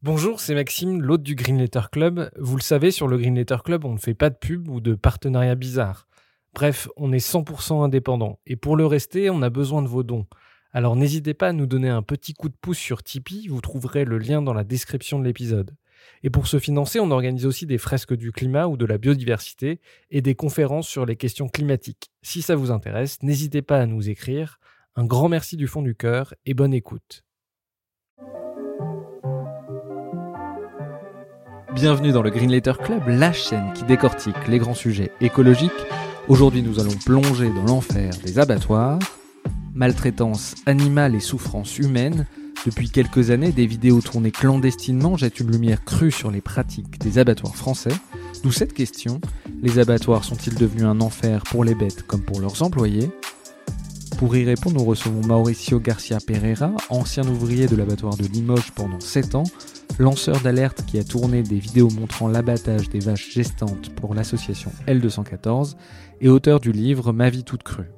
Bonjour, c'est Maxime, l'hôte du Green Letter Club. Vous le savez, sur le Green Letter Club, on ne fait pas de pub ou de partenariat bizarre. Bref, on est 100% indépendant. Et pour le rester, on a besoin de vos dons. Alors n'hésitez pas à nous donner un petit coup de pouce sur Tipeee, vous trouverez le lien dans la description de l'épisode. Et pour se financer, on organise aussi des fresques du climat ou de la biodiversité et des conférences sur les questions climatiques. Si ça vous intéresse, n'hésitez pas à nous écrire. Un grand merci du fond du cœur et bonne écoute. Bienvenue dans le Green Letter Club, la chaîne qui décortique les grands sujets écologiques. Aujourd'hui, nous allons plonger dans l'enfer des abattoirs. Maltraitance animale et souffrance humaine. Depuis quelques années, des vidéos tournées clandestinement jettent une lumière crue sur les pratiques des abattoirs français. D'où cette question, les abattoirs sont-ils devenus un enfer pour les bêtes comme pour leurs employés ? Pour y répondre, nous recevons Mauricio Garcia Pereira, ancien ouvrier de l'abattoir de Limoges pendant 7 ans, lanceur d'alerte qui a tourné des vidéos montrant l'abattage des vaches gestantes pour l'association L214 et auteur du livre Ma vie toute crue.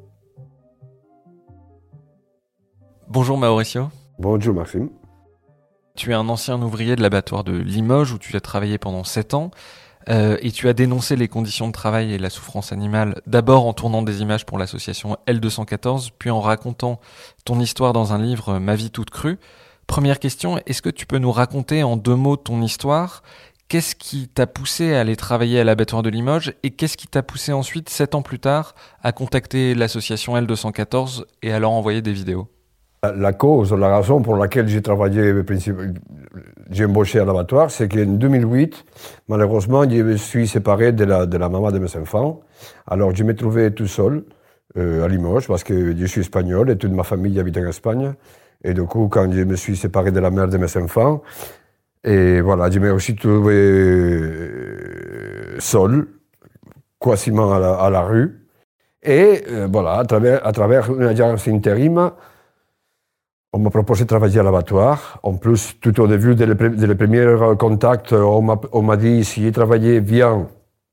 Bonjour Mauricio. Bonjour Maxime. Tu es un ancien ouvrier de l'abattoir de Limoges où tu as travaillé pendant 7 ans et tu as dénoncé les conditions de travail et la souffrance animale d'abord en tournant des images pour l'association L214 puis en racontant ton histoire dans un livre Ma vie toute crue. Première question, est-ce que tu peux nous raconter en 2 mots ton histoire ? Qu'est-ce qui t'a poussé à aller travailler à l'abattoir de Limoges et qu'est-ce qui t'a poussé ensuite, 7 ans plus tard, à contacter l'association L214 et à leur envoyer des vidéos ? La cause, la raison pour laquelle j'ai travaillé, j'ai embauché à l'abattoir, c'est qu'en 2008, malheureusement, je me suis séparé de la maman de mes enfants. Alors je me trouvais tout seul à Limoges parce que je suis espagnol et toute ma famille habite en Espagne. Et du coup, quand je me suis séparé de la mère de mes enfants, et voilà, je me suis aussi trouvé seul, quasiment à la rue. Et voilà, à travers une agence intérim, on m'a proposé de travailler à l'abattoir. En plus, tout au début, dès les premiers contacts, on m'a dit si je travaillais bien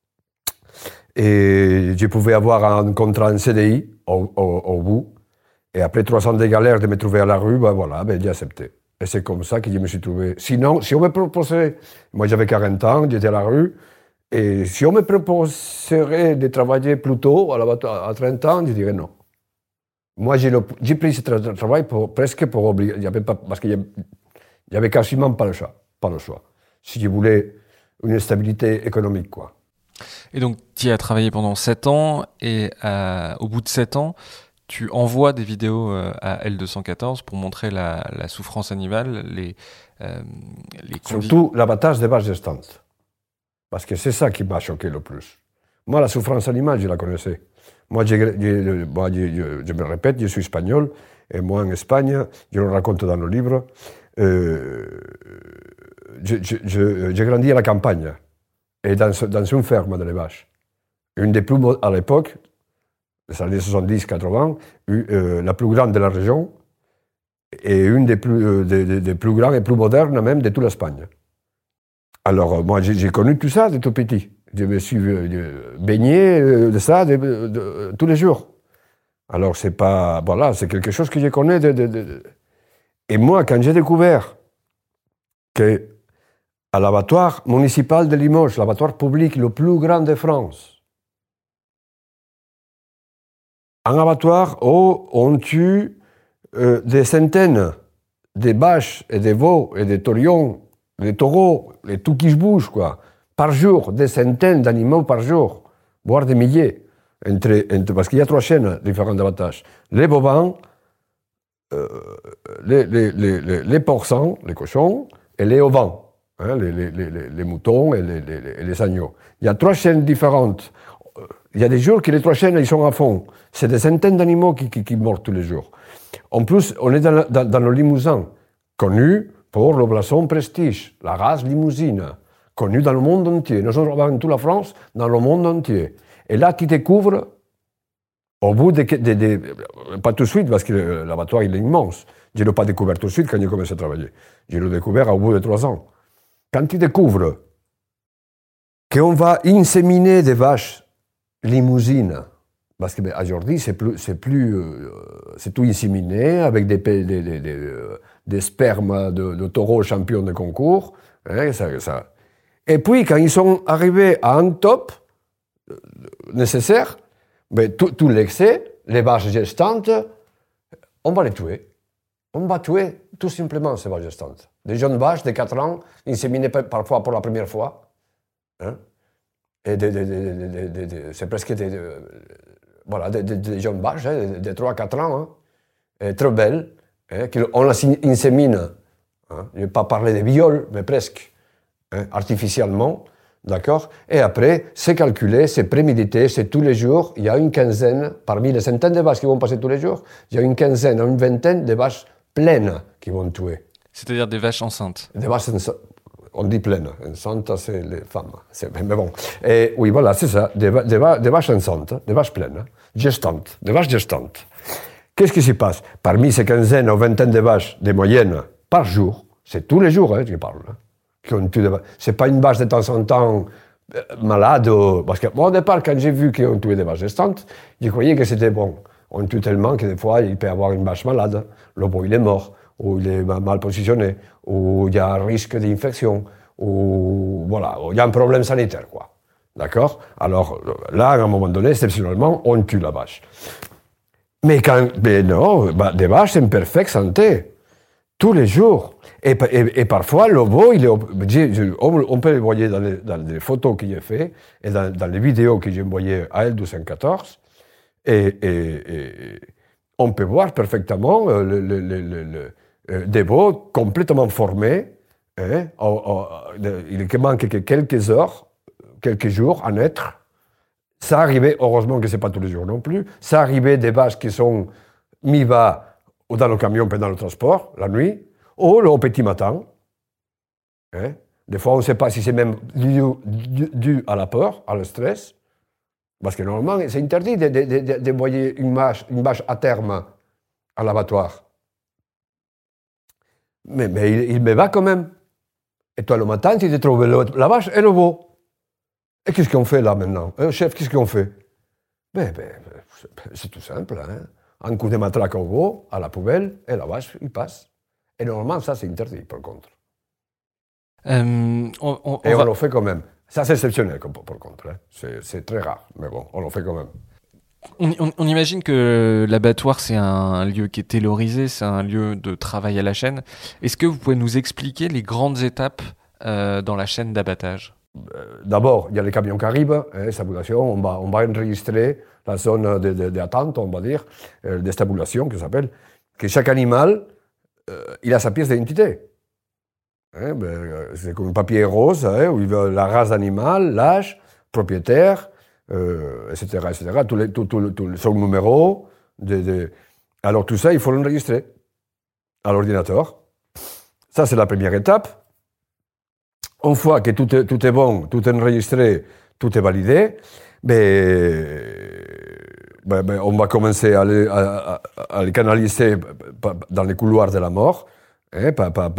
et je pouvais avoir un contrat en CDI au bout. Et après 3 ans de galère de me trouver à la rue, j'ai accepté. Et c'est comme ça que je me suis trouvé. Sinon, si on me proposait, moi j'avais 40 ans, j'étais à la rue, et si on me proposerait de travailler plus tôt, à 30 ans, je dirais non. Moi, j'ai pris ce travail presque pour obliger, parce qu'il n'y avait quasiment pas le choix. Si je voulais une stabilité économique, quoi. Et donc, tu y as travaillé pendant 7 ans, et au bout de 7 ans, tu envoies des vidéos à L214 pour montrer la souffrance animale, les Surtout l'abattage des vaches gestantes. Parce que c'est ça qui m'a choqué le plus. Moi, la souffrance animale, je la connaissais. Moi, je me répète, je suis espagnol, et moi, en Espagne, je le raconte dans le livre, j'ai grandi à la campagne, et dans une ferme de les vaches. Une des plus, à l'époque, les années 70-80, la plus grande de la région, et une des plus grandes et plus modernes même de toute l'Espagne. Alors, moi, j'ai connu tout ça de tout petit. Je me suis baigné de ça tous les jours. Alors, c'est pas... Voilà, c'est quelque chose que je connais. Et moi, quand j'ai découvert qu'à l'abattoir municipal de Limoges, l'abattoir public le plus grand de France, un abattoir où on tue des centaines de vaches et de veaux et de taurions, des taureaux, et tout qui se bouge, quoi. Par jour, des centaines d'animaux par jour, voire des milliers. Parce qu'il y a 3 chaînes différentes d'abattage. Les bovins, les porcins, les cochons, et les ovins, hein, les moutons et les agneaux. Il y a 3 chaînes différentes. Il y a des jours que les 3 chaînes ils sont à fond. C'est des centaines d'animaux qui meurent tous les jours. En plus, on est dans le Limousin, connu pour le blason Prestige, la race limousine, connue dans le monde entier. Nous sommes dans toute la France, dans le monde entier. Et là, tu découvres, au bout pas tout de suite, parce que l'abattoir il est immense. Je ne l'ai pas découvert tout de suite quand j'ai commencé à travailler. Je l'ai découvert au bout de 3 ans. Quand tu découvres qu'on va inséminer des vaches limousines, parce qu'aujourd'hui, c'est tout inséminé avec des des spermes de taureaux champions de concours. Hein, ça. Et puis, quand ils sont arrivés à un top nécessaire, ben, tout l'excès, les vaches gestantes, on va les tuer. On va tuer tout simplement ces vaches gestantes. Des jeunes vaches de 4 ans, inséminées parfois pour la première fois. Hein, et c'est presque des jeunes vaches, hein, de 3-4 ans, hein, et très belles, hein, on les insémine. Hein, je ne vais pas parler de viol, mais presque, hein, artificiellement. D'accord. Et après, c'est calculé, c'est prémédité, c'est tous les jours. Il y a une quinzaine, parmi les centaines de vaches qui vont passer tous les jours, il y a une quinzaine, une vingtaine de vaches pleines qui vont tuer. C'est-à-dire des vaches enceintes. Des vaches enceintes. On dit pleines. Enceintes, c'est les femmes. Mais bon. Et oui, voilà, c'est ça. Des vaches enceintes, des vaches pleines, gestantes, des vaches gestantes. Qu'est-ce qui se passe? Parmi ces quinzaines ou vingtaines de vaches, des moyennes, par jour, c'est tous les jours, hein, je parle. C'est pas une vache de temps en temps malade. Parce que moi, au départ, quand j'ai vu qu'on tuait des vaches gestantes, je croyais que c'était bon. On tue tellement que des fois, il peut y avoir une vache malade. Le beau, il est mort, ou il est mal positionné, ou il y a un risque d'infection, ou voilà, il y a un problème sanitaire, quoi. D'accord? Alors là, à un moment donné, exceptionnellement, on tue la vache. Mais non, des vaches en parfaite santé, tous les jours. Et parfois, le veau, on peut le voir dans les photos que j'ai faites et dans les vidéos que j'ai envoyées à L214. Et on peut voir parfaitement des veaux complètement formés. Hein, il manque que quelques heures, quelques jours à naître. Ça arrivait, heureusement que ce n'est pas tous les jours non plus, ça arrivait des vaches qui sont mi-bas ou dans le camion pendant le transport, la nuit, ou au petit matin. Hein. Des fois, on ne sait pas si c'est même dû à la peur, à le stress, parce que normalement, c'est interdit d'envoyer une vache à terme à l'abattoir. Mais il me va quand même. Et toi, le matin, tu te trouves la vache et le veau. Et qu'est-ce qu'on fait là maintenant? Chef, qu'est-ce qu'on fait? C'est tout simple. Hein? Un coup de matraque au veau, à la poubelle, et la vache, il passe. Et normalement, ça, c'est interdit, par contre. On le fait quand même. Ça, c'est exceptionnel, par contre. Hein? C'est très rare, mais bon, on le fait quand même. On imagine que l'abattoir, c'est un lieu qui est taylorisé, c'est un lieu de travail à la chaîne. Est-ce que vous pouvez nous expliquer les grandes étapes dans la chaîne d'abattage? D'abord, il y a les camions qui arrivent, stabulation, on va enregistrer la zone d'attente, on va dire, de stabulation, qui s'appelle, que chaque animal, il a sa pièce d'identité. C'est comme un papier rose, où il veut la race d'animal, l'âge, propriétaire, etc., etc., son numéro. Alors tout ça, il faut l'enregistrer à l'ordinateur. Ça, c'est la première étape. Une fois que tout est bon, tout est enregistré, tout est validé, on va commencer à les canaliser dans les couloirs de la mort, hein,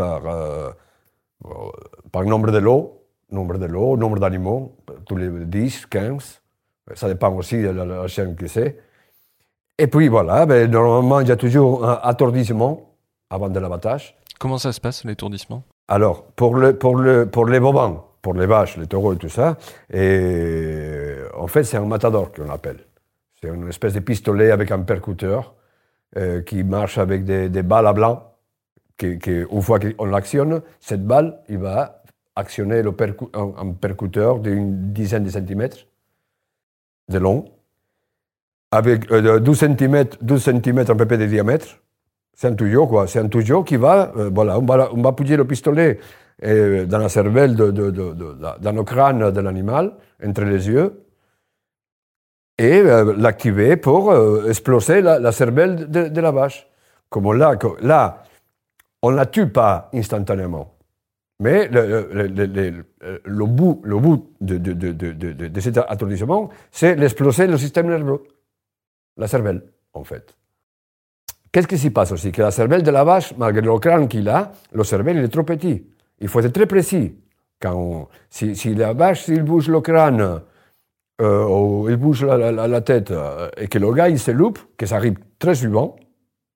par nombre de lots, nombre d'animaux, tous les 10, 15, ça dépend aussi de la chaîne que c'est. Et puis voilà, normalement il y a toujours un attordissement avant de l'abattage. Comment ça se passe, l'étourdissement? Alors, pour les bovins, pour les vaches, les taureaux et tout ça, en fait, c'est un matador qu'on appelle. C'est une espèce de pistolet avec un percuteur qui marche avec des balles à blanc. Une fois qu'on l'actionne, cette balle, il va actionner un percuteur d'une dizaine de centimètres de long, avec 12 cm à peu près de diamètre. C'est un tuyau, quoi. C'est un tuyau qui va, on va appuyer le pistolet dans la cervelle, dans le crâne de l'animal, entre les yeux, et l'activer pour exploser la cervelle de la vache. Comme là, on ne la tue pas instantanément. Mais le bout de cet attendrissement, c'est l'exploser le système nerveux, la cervelle, en fait. Qu'est-ce qui s'y passe aussi? Que la cervelle de la vache, malgré le crâne qu'il a, le cervelle il est trop petit. Il faut être très précis. Si la vache, s'il bouge le crâne, ou il bouge la tête, et que le gars il se loupe, que ça arrive très souvent,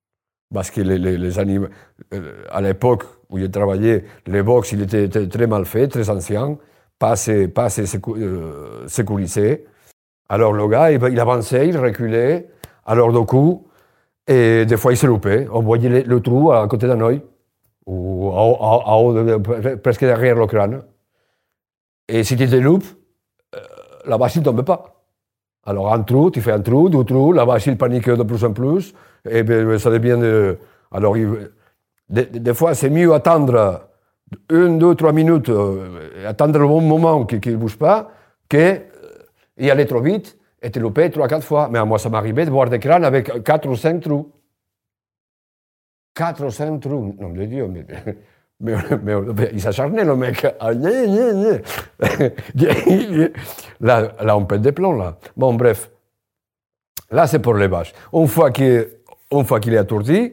Parce que les animaux, à l'époque où il travaillait, les box, il était très mal fait, très ancien, pas assez sécurisé. Alors le gars, il avançait, il reculait, alors du coup, et des fois il se loupait. On voyait le trou à côté d'un œil, ou presque derrière le crâne. Et si tu te loupes, la vache ne tombe pas. Alors un trou, tu fais un trou, deux trous, la vache il panique de plus en plus, et bien ça devient... alors des fois c'est mieux attendre 1, 2, 3 minutes, attendre le bon moment qu'il ne bouge pas, que y aller trop vite et te louper 3, 4 fois. Mais moi ça m'arrivait de voir des crânes avec 4 ou 5 trous. 4 ou 5 trous, nom de Dieu, mais il s'acharnait le mec. Là, on pète des plombs, là. Bon, bref. Là, c'est pour les vaches. Une fois qu'il est attourdi,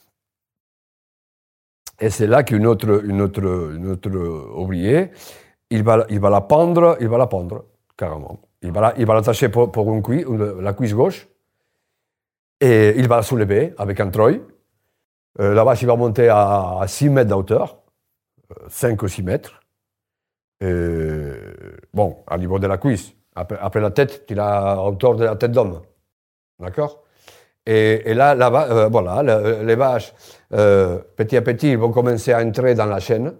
et c'est là qu'une autre ouvrier, il va la pendre, carrément. Il va l'attacher pour la cuisse gauche, et il va la soulever avec un treuil. La vache, il va monter à 6 mètres de hauteur, 5 ou 6 mètres. Bon, au niveau de la cuisse. Après la tête, il a à hauteur de la tête d'homme. D'accord ? Et là, voilà, les vaches, petit à petit, ils vont commencer à entrer dans la chaîne.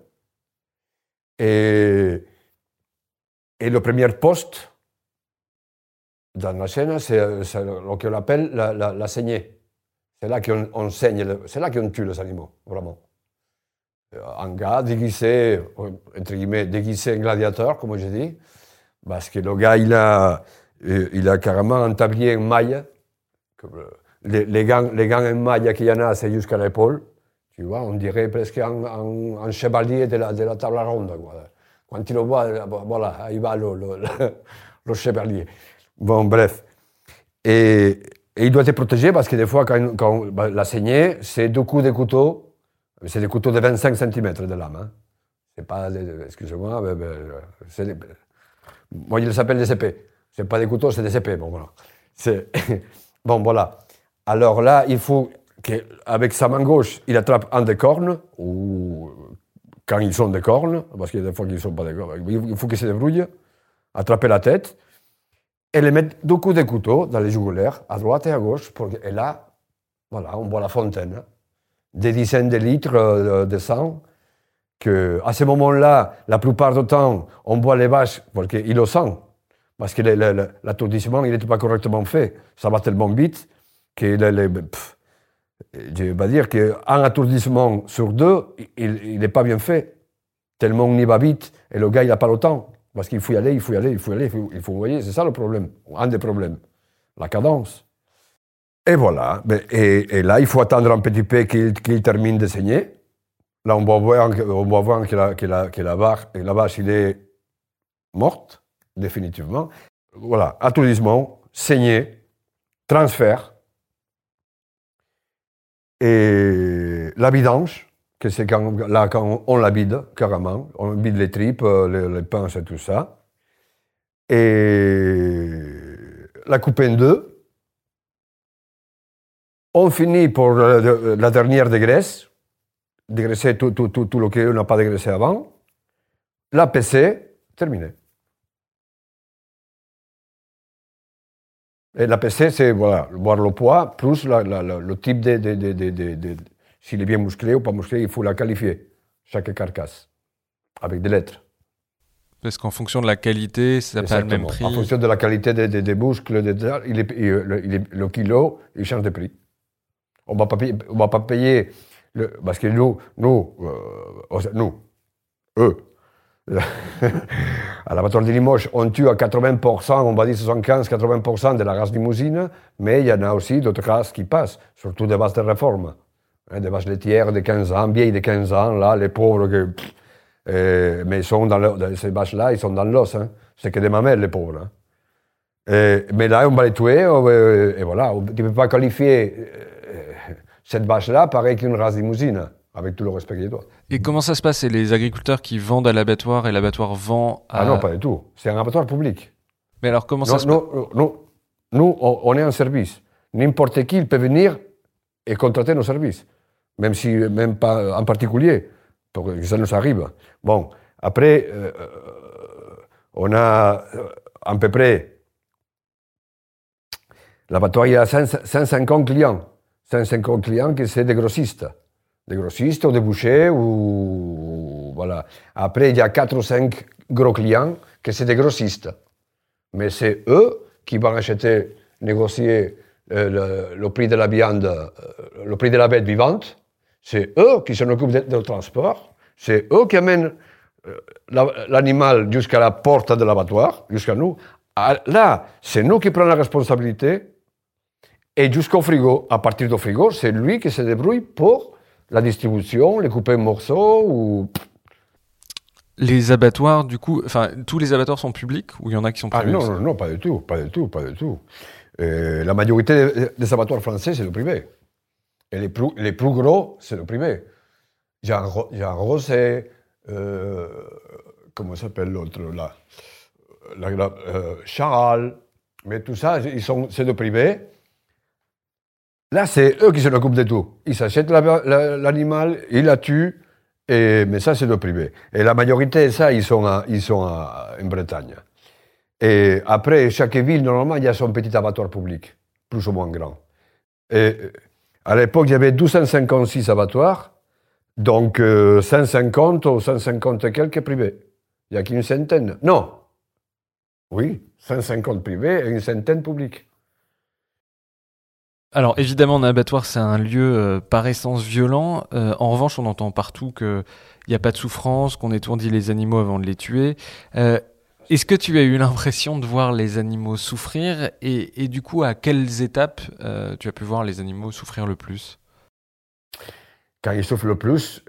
Et le premier poste dans la chaîne, c'est ce qu'on appelle la saignée. C'est là qu'on saigne, c'est là qu'on tue les animaux, vraiment. Un gars déguisé, entre guillemets, déguisé en gladiateur, comme je dis, parce que le gars, il a carrément un tablier en maille. Les gants en maille qu'il y en a, c'est jusqu'à l'épaule. Tu vois, on dirait presque un chevalier de la table ronde. Quoi. Quand tu le vois, voilà, il va le chevalier. Bon, bref. Et il doit être protégé parce que des fois, quand la saignée, c'est 2 coups de couteau. C'est des couteaux de 25 cm de lame. Hein. C'est pas, excusez-moi, moi, ils s'appellent des épées. C'est pas des couteaux, c'est des épées. Bon, voilà. Bon, voilà. Alors là, il faut qu'avec sa main gauche, il attrape un des cornes, ou quand ils sont des cornes, parce qu'il y a des fois qu'ils ne sont pas des cornes, il faut qu'il se débrouille, attraper la tête, et les mettre 2 coups de couteau dans les jugulaires, à droite et à gauche, et là, voilà, on voit la fontaine, des dizaines de litres de sang, qu'à ce moment-là, la plupart du temps, on voit les vaches, parce qu'ils le sentent, parce que l'attourdissement, il n'était pas correctement fait. Ça va tellement vite que je vais dire qu'un attourdissement sur 2, il n'est pas bien fait. Tellement on y va vite, et le gars, il n'a pas le temps. Parce qu'il faut y aller, il faut voyez, c'est ça le problème, un des problèmes, la cadence. Et voilà, et là, il faut attendre un petit peu qu'il termine de saigner. Là, on va voir que la vache, il est morte, définitivement. Voilà, attourdissement, saignée, transfert, et la vidange, que c'est quand on la vide, carrément, on vide les tripes, les pinces et tout ça, et la coupe en 2. On finit pour la dernière dégraisse, dégraisser tout ce qu'on n'a pas dégraissé avant, la PC, terminé. Et la PC, c'est voir le poids, plus le type s'il est bien musclé ou pas musclé, il faut la qualifier, chaque carcasse, avec des lettres. Parce qu'en fonction de la qualité, ça n'a pas le même prix. En fonction de la qualité des muscles, le kilo, il change de prix. On ne va pas payer, parce que eux, à l'abattoir de Limoges, on tue à 80%, on va dire 75-80% de la race limousine, mais il y en a aussi d'autres races qui passent, surtout des vaches de réforme. Des vaches laitières de 15 ans, vieilles de 15 ans, là, les pauvres, mais ils sont ces vaches-là, ils sont dans l'os, hein. C'est que des mamelles, les pauvres. Hein. Mais là, on va les tuer, et voilà, tu ne peux pas qualifier cette vache-là pareil qu'une race limousine. Avec tout le respect qu'il doit. Et comment ça se passe? C'est les agriculteurs qui vendent à l'abattoir et l'abattoir vend à... Ah non, pas du tout. C'est un abattoir public. Mais alors comment ça se passe? Nous, on est un service. N'importe qui peut venir et contracter nos services, même pas en particulier, pour que ça nous arrive. Bon, après, on a à peu près, l'abattoir, il y a 150 clients. 150 clients que c'est des grossistes ou des bouchers, ou voilà. Après, il y a 4 ou 5 gros clients que c'est des grossistes. Mais c'est eux qui vont acheter, négocier le prix de la viande, le prix de la bête vivante. C'est eux qui s'en occupent du transport. C'est eux qui amènent l'animal jusqu'à la porte de l'abattoir, jusqu'à nous. Là, c'est nous qui prenons la responsabilité. Et jusqu'au frigo. À partir du frigo, c'est lui qui se débrouille pour la distribution, les couper en morceaux ou... Les abattoirs, du coup, tous les abattoirs sont publics ou il y en a qui sont privés? Non, pas du tout. La majorité des abattoirs français, c'est le privé. Et les plus gros, c'est le privé. Jean Rosé, comment s'appelle l'autre là, Charal, mais tout ça, c'est le privé. Là, c'est eux qui s'en occupent de tout. Ils s'achètent l'animal, ils la tuent, mais ça, c'est le privé. Et la majorité de ça, ils sont en Bretagne. Et après, chaque ville, normalement, il y a son petit abattoir public, plus ou moins grand. Et à l'époque, il y avait 256 abattoirs, donc 150 ou 150 et quelques privés. Il n'y a qu'une centaine. Non. Oui, 150 privés et une centaine publics. Alors évidemment, un abattoir, c'est un lieu par essence violent. En revanche, on entend partout qu'il n'y a pas de souffrance, qu'on étourdit les animaux avant de les tuer. Est-ce que tu as eu l'impression de voir les animaux souffrir et du coup, à quelles étapes tu as pu voir les animaux souffrir le plus? Quand ils souffrent le plus,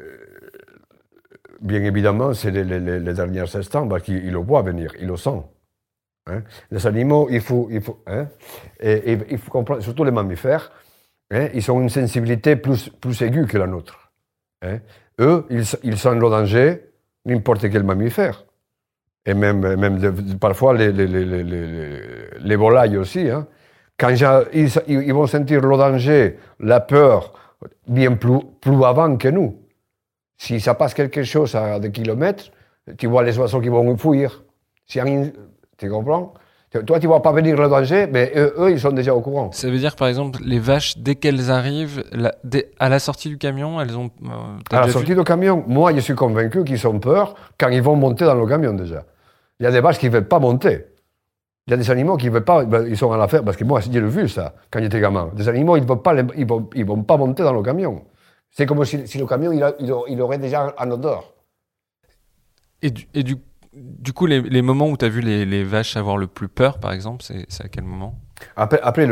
bien évidemment, c'est les derniers instants, parce qu'ils le voient venir, ils le sentent. Hein? Les animaux, il faut comprendre, surtout les mammifères, hein, ils ont une sensibilité plus aiguë que la nôtre. Hein? Eux, ils sentent le danger, n'importe quel mammifère. Et même parfois les volailles aussi. Hein? Quand ils vont sentir le danger, la peur, bien plus avant que nous. Si ça passe quelque chose à des kilomètres, tu vois les oiseaux qui vont fuir. Tu comprends? Toi, tu ne vois pas venir le danger, mais eux, ils sont déjà au courant. Ça veut dire, par exemple, les vaches, dès qu'elles arrivent, à la sortie du camion, elles ont... À la sortie du camion, moi, je suis convaincu qu'ils ont peur quand ils vont monter dans le camion, déjà. Il y a des vaches qui ne veulent pas monter. Il y a des animaux qui ne veulent pas... ils sont à l'affaire, parce que moi, j'ai vu ça, quand j'étais gamin. Des animaux, ils ne vont pas monter dans le camion. C'est comme si le camion, il aurait déjà un odeur. Et du coup, les moments où tu as vu les vaches avoir le plus peur, par exemple, c'est à quel moment? Après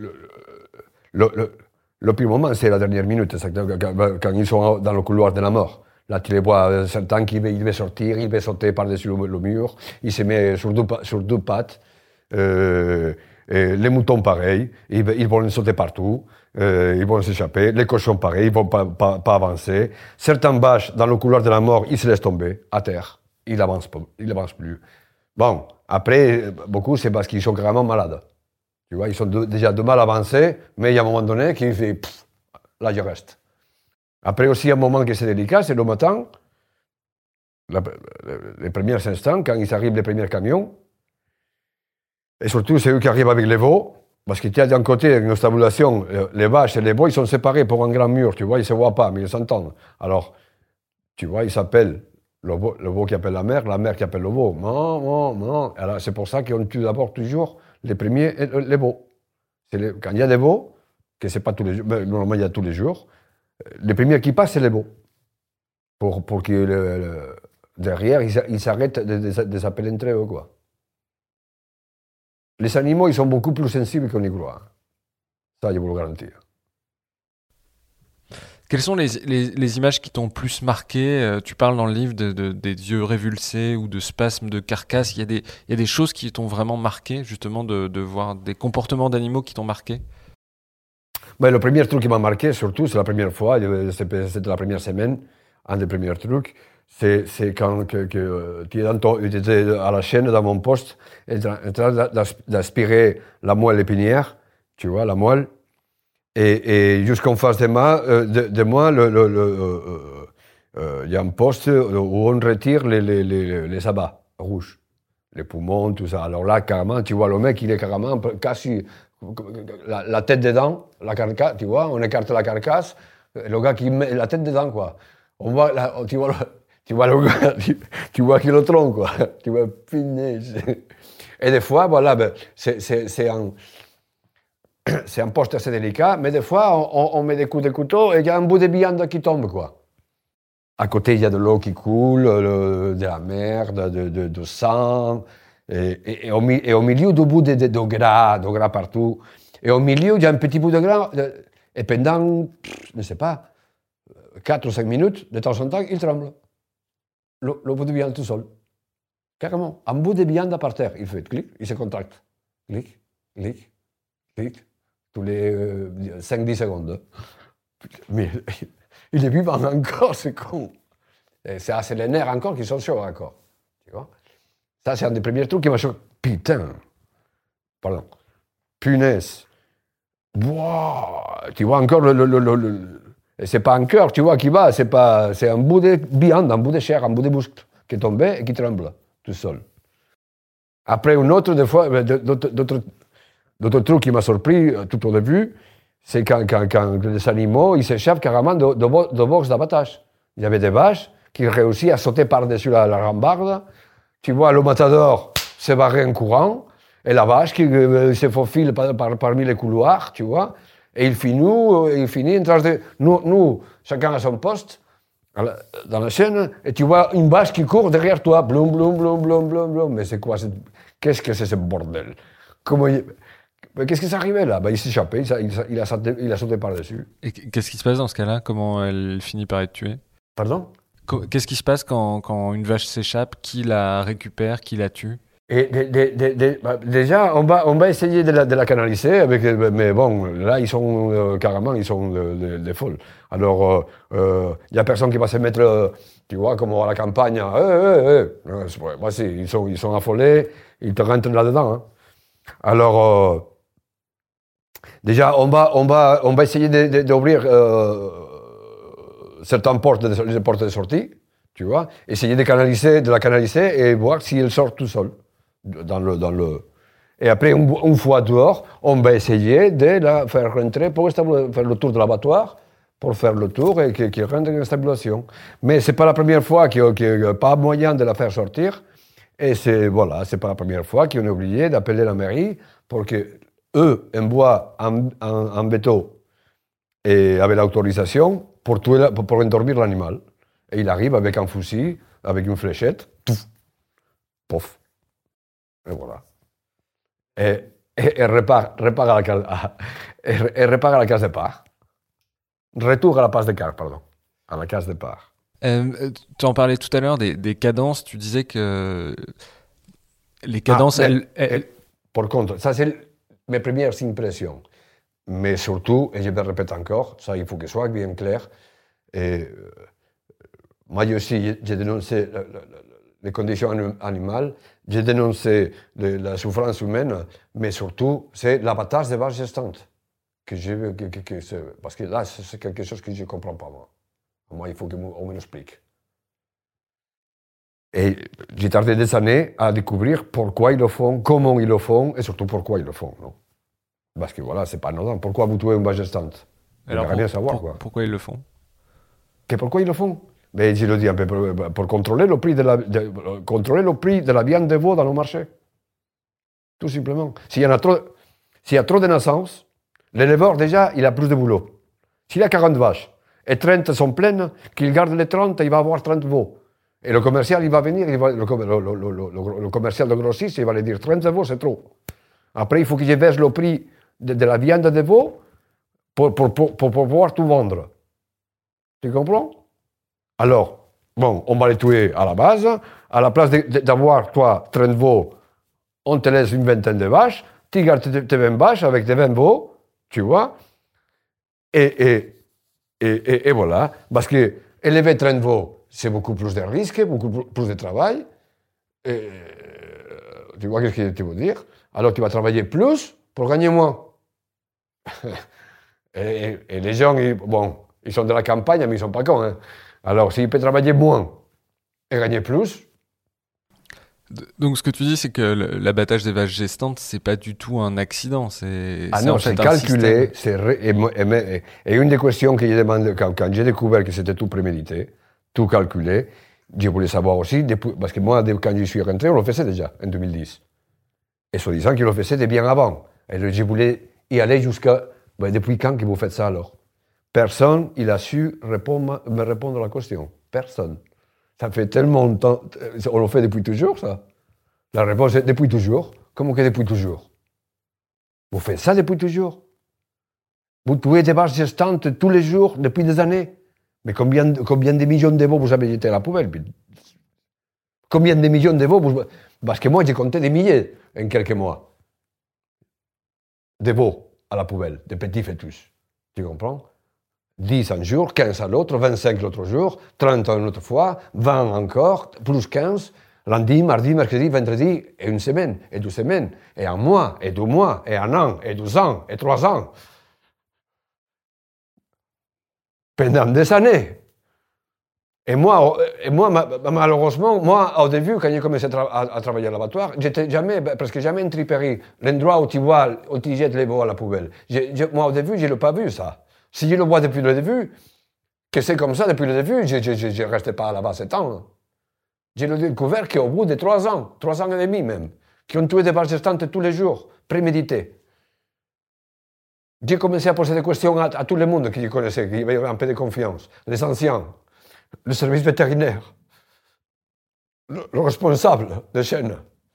le pire moment, c'est la dernière minute, quand ils sont dans le couloir de la mort. Là, tu les vois, certains qui veulent sortir, il veut sauter par-dessus le mur, il se met sur deux pattes. Et les moutons, pareil, ils vont sauter partout, ils vont s'échapper. Les cochons, pareil, ils ne vont pas avancer. Certaines vaches, dans le couloir de la mort, ils se laissent tomber à terre. Ils n'avancent plus. Bon, après, beaucoup, c'est parce qu'ils sont carrément malades. Tu vois, ils sont déjà de mal avancés, mais il y a un moment donné qui fait là, je reste. Après aussi, un moment qui c'est délicat, c'est le matin, les premiers instants, quand ils arrivent les premiers camions, et surtout, c'est eux qui arrivent avec les veaux, parce qu'il y a d'un côté une stabulation, les vaches et les veaux, ils sont séparés pour un grand mur, tu vois, ils ne se voient pas, mais ils s'entendent. Alors, tu vois, ils s'appellent. Le veau qui appelle la mère qui appelle le veau. Non. Alors, c'est pour ça qu'on tue d'abord toujours les premiers, les veaux. Quand il y a des veaux, que c'est pas tous les jours, normalement il y a tous les jours, les premiers qui passent, c'est les veaux. Pour que derrière, ils s'arrêtent de s'appeler entre eux, quoi. Les animaux, ils sont beaucoup plus sensibles qu'on y croit. Ça, je vous le garantis. Quelles sont les images qui t'ont plus marqué? Tu parles dans le livre des yeux révulsés ou de spasmes de carcasse. Il y a des choses qui t'ont vraiment marqué, justement, de voir des comportements d'animaux qui t'ont marqué? Ben, le premier truc qui m'a marqué, surtout, c'est la première fois, c'était la première semaine, un des premiers trucs, c'est quand tu étais à la chaîne, dans mon poste, en train d'aspirer la moelle épinière, tu vois, la moelle. Et jusqu'en face de moi, il y a un poste où on retire les abats rouges, les poumons, tout ça. Alors là, carrément, tu vois, le mec, il est carrément cassé, la tête dedans, la carcasse, tu vois, on écarte la carcasse, le gars qui met la tête dedans, quoi. On voit, tu vois le gars, tu vois qu'il est le tronc, quoi. Tu vois, punaise. Et des fois, voilà, ben, c'est un poste assez délicat, mais des fois, on met des coups de couteau et il y a un bout de viande qui tombe, quoi. À côté, il y a de l'eau qui coule, de la merde, de sang, et au milieu, du bout de gras partout. Et au milieu, il y a un petit bout de gras, et pendant, je ne sais pas, 4 ou 5 minutes, de temps en temps, il tremble. Le bout de viande tout seul. Carrément. Un bout de viande par terre. Il fait clic, il se contracte. Clic, clic, clic. Tous les 5-10 secondes. Mais il est vivant encore, c'est con. C'est les nerfs encore qui sont chauds encore. Tu vois? Ça, c'est un des premiers trucs qui m'a choqué. Putain. Pardon. Punaise. Wow. Tu vois encore et c'est pas un cœur, tu vois, qui va, c'est un bout de viande, un bout de chair, un bout de muscle qui est tombé et qui tremble, tout seul. Après, une autre, des fois, d'autres trucs qui m'a surpris tout au début, c'est quand les animaux, ils s'échappent carrément de box d'abattage. Il y avait des vaches qui réussissent à sauter par-dessus la rambarde. Tu vois, le matador se barrer en courant, et la vache qui se faufile parmi les couloirs, tu vois. Et il finit en train de... Nous, chacun à son poste, dans la chaîne, et tu vois une vache qui court derrière toi. Blum, blum, blum, blum, blum, blum. Mais c'est quoi? Qu'est-ce que c'est ce bordel? Mais qu'est-ce qui s'est arrivé là? Il s'est échappé, il a sauté par-dessus. Et qu'est-ce qui se passe dans ce cas-là? Comment elle finit par être tuée? Pardon? Qu'est-ce qui se passe quand une vache s'échappe? Qui la récupère? Qui la tue? Et déjà, on va essayer de la canaliser, mais bon, là, ils sont carrément, ils sont des folles. Alors, il n'y a personne qui va se mettre, tu vois, comme à la campagne, voici, ils sont affolés, ils te rentrent là-dedans. Hein. Alors, déjà, on va essayer d'ouvrir certaines portes de sortie, tu vois, essayer de la canaliser et voir si elle sort tout seul. Et après, une fois dehors, on va essayer de la faire rentrer pour faire le tour de l'abattoir, pour faire le tour et qu'il rentre en stabilisation. Mais ce n'est pas la première fois qu'il n'y a pas moyen de la faire sortir. Et c'est pas la première fois qu'on est obligé d'appeler la mairie pour qu'eux envoient un béton et avec l'autorisation pour endormir l'animal. Et il arrive avec un fusil, avec une fléchette, pouf. Et voilà. Et repart à la case départ. Retour à la case départ, pardon. À la case départ. Tu en parlais tout à l'heure des cadences. Tu disais que les cadences, Par contre, ça c'est mes premières impressions. Mais surtout, et je vais répéter encore, ça il faut que ce soit bien clair. Et, moi aussi, j'ai dénoncé les conditions animales, j'ai dénoncé la souffrance humaine, mais surtout, c'est l'abattage des vaches gestantes. Parce que là, c'est quelque chose que je ne comprends pas, moi. Moi, il faut qu'on me l'explique. Et j'ai tardé des années à découvrir pourquoi ils le font, comment ils le font, et surtout pourquoi ils le font. Non? Parce que voilà, c'est pas anodin. Pourquoi vous tuez une vache gestante? Alors, rien savoir, quoi. Pourquoi ils le font? Pourquoi ils le font? Mais je le dis un peu pour contrôler le prix de la viande de veau dans le marché. Tout simplement. S'il y a trop de naissances, l'éleveur, déjà, il a plus de boulot. S'il a 40 vaches et 30 sont pleines, qu'il garde les 30, il va avoir 30 veaux. Et le commercial, il va venir, le commercial de grossiste, il va lui dire 30 veaux, c'est trop. Après, il faut que je verse le prix de la viande de veau pour pouvoir tout vendre. Tu comprends? Alors, bon, on va les tuer à la base. À la place d'avoir, toi, 30 veaux, on te laisse une vingtaine de vaches. Tu gardes tes 20 vaches avec tes 20 veaux, tu vois. Et voilà. Parce que élever 30 veaux, c'est beaucoup plus de risques, beaucoup plus de travail. Et, tu vois ce que tu veux dire? Alors tu vas travailler plus pour gagner moins. Et les gens, ils sont de la campagne, mais ils ne sont pas cons. Hein. Alors, s'ils peuvent travailler moins et gagner plus. Donc, ce que tu dis, c'est que l'abattage des vaches gestantes, c'est pas du tout un accident. C'est Non, c'est calculé. Et une des questions que j'ai demandé, quand j'ai découvert que c'était tout prémédité, tout calculé, je voulais savoir aussi, parce que moi, quand je suis rentré, on le faisait déjà, en 2010. Et soi-disant qu'il le faisait de bien avant. Et je voulais y aller jusqu'à... depuis quand que vous faites ça alors? Personne, il a su me répondre à la question. Personne. Ça fait tellement longtemps. On le fait depuis toujours, ça. La réponse est depuis toujours. Comment que depuis toujours? Vous faites ça depuis toujours. Vous tuez des vaches gestantes tous les jours, depuis des années. Mais combien de millions de veaux vous avez jeté à la poubelle? Combien de millions de veaux Parce que moi, j'ai compté des milliers en quelques mois. De veaux à la poubelle, de petits fœtus. Tu comprends? 10 un jour, 15 à l'autre, 25 l'autre jour, 30 une autre fois, 20 encore, plus 15, lundi, mardi, mercredi, vendredi, et une semaine, et 2 semaines, et un mois, et 2 mois, et un an, et 2 ans, et 3 ans. Pendant des années. Et moi, malheureusement, moi, au début, quand j'ai commencé à travailler à l'abattoir, j'étais presque jamais en triperie, l'endroit où tu vois, où tu jettes les veaux à la poubelle. Moi, au début, je n'ai pas vu ça. Si je le vois depuis le début, que c'est comme ça depuis le début, je ne restais pas là-bas 7 ans. J'ai découvert qu'au bout de 3 ans, 3 ans et demi même, qui ont tué des vaches gestantes tous les jours, prémédité. J'ai commencé à poser des questions à tout le monde qui connaissait, qui avait un peu de confiance, les anciens, le service vétérinaire, le responsable de chaîne.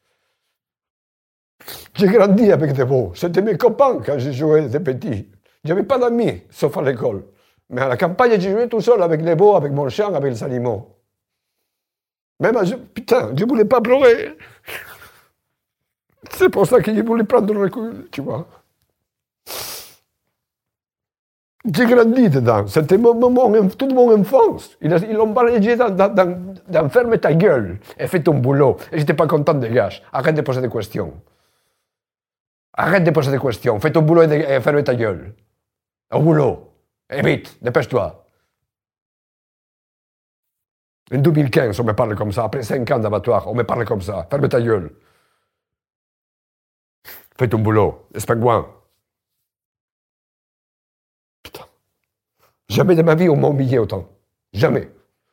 J'ai grandi avec des veaux. C'était mes copains quand je jouais des petits. Je n'avais pas d'amis, sauf à l'école. Mais à la campagne, j'ai joué tout seul avec les veaux, avec mon chien, avec les animaux. Même putain, je ne voulais pas pleurer. C'est pour ça que je voulais prendre le recul, tu vois. J'ai grandi dedans. C'était toute mon enfance. Ils l'ont balayé dans ferme ta gueule et fais ton boulot. Et j'étais pas content des gars. Arrête de poser des questions. Arrête de poser des questions. Fais ton boulot et ferme ta gueule. Au boulot. Et vite, dépêche-toi. En 2015, on me parle comme ça. Après 5 ans d'abattoir, on me parle comme ça. Ferme ta gueule. Fais ton boulot. Espagouin. Putain. Jamais de ma vie on m'a humilié autant. Jamais.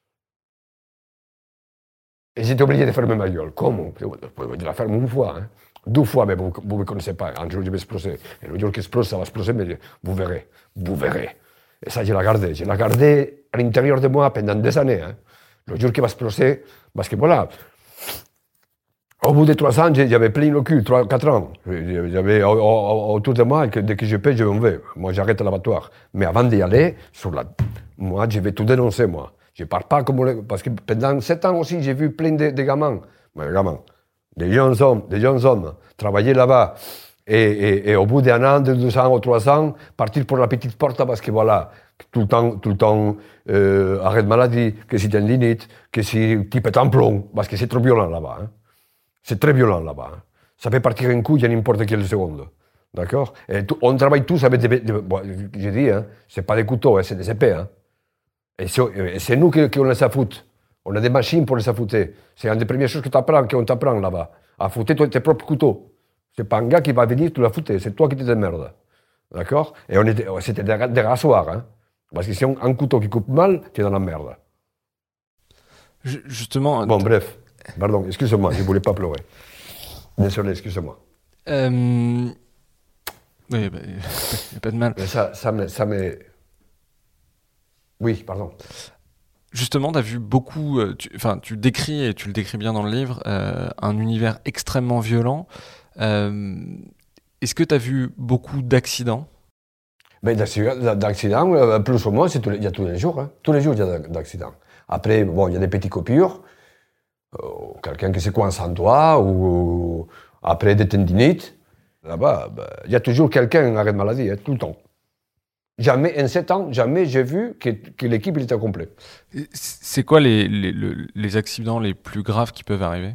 Et j'étais obligé de fermer ma gueule. Comment? Je la ferme une fois. Hein. 2 fois, mais vous ne me connaissez pas. Un jour, je vais exploser. Et le jour qui explose, ça va exploser, mais vous verrez. Vous verrez. Et ça, je l'ai gardé. Je l'ai gardé à l'intérieur de moi pendant des années. Hein. Le jour qui va exploser, parce que voilà, au bout de 3 ans, j'avais plein le cul, 4 ans. J'avais autour de moi, dès que je paie, je m'en vais. Moi, j'arrête l'abattoir. Mais avant d'y aller, moi, je vais tout dénoncer, moi. Je ne parle pas comme... Parce que pendant 7 ans aussi, j'ai vu plein de gamins. Des jeunes hommes, travailler là-bas. Et au bout d'1 an, de 2 ans ou 3 ans, partir pour la petite porte parce que voilà, tout le temps, arrêt de maladie, que si tu as une limite, que si tu pètes un plomb, parce que c'est trop violent là-bas. Hein. C'est très violent là-bas. Hein. Ça peut partir un coup, il y a n'importe quelle seconde. D'accord? Et on travaille tous avec j'ai dit, hein, c'est pas des couteaux, hein, c'est des épées. Hein. Et c'est nous qui on les affûte. On a des machines pour les affûter. C'est une des premières choses qu'on t'apprend là-bas. Affûter tes propres couteaux. C'est pas un gars qui va venir te l'affûter, c'est toi qui te démerdes. D'accord? Et c'était des rasoirs. Hein. Parce que si un couteau qui coupe mal, tu es dans la merde. Justement. Bon, bref. Pardon, excuse-moi, je ne voulais pas pleurer. Désolé, excuse-moi. Oui, il n'y a pas de mal. Mais ça me... Oui, pardon. Justement, tu as vu beaucoup, tu décris, et tu le décris bien dans le livre, un univers extrêmement violent. Est-ce que tu as vu beaucoup d'accidents? Mais d'accidents, plus ou moins, il y a tous les jours. Hein. Tous les jours, il y a d'accidents. Après, bon, il y a des petites coupures. Quelqu'un qui se coince en doigt, ou après des tendinites. Là-bas, il y a toujours quelqu'un en arrêt de maladie, hein, tout le temps. Jamais, en 7 ans, jamais j'ai vu que l'équipe était complète. C'est quoi les accidents les plus graves qui peuvent arriver?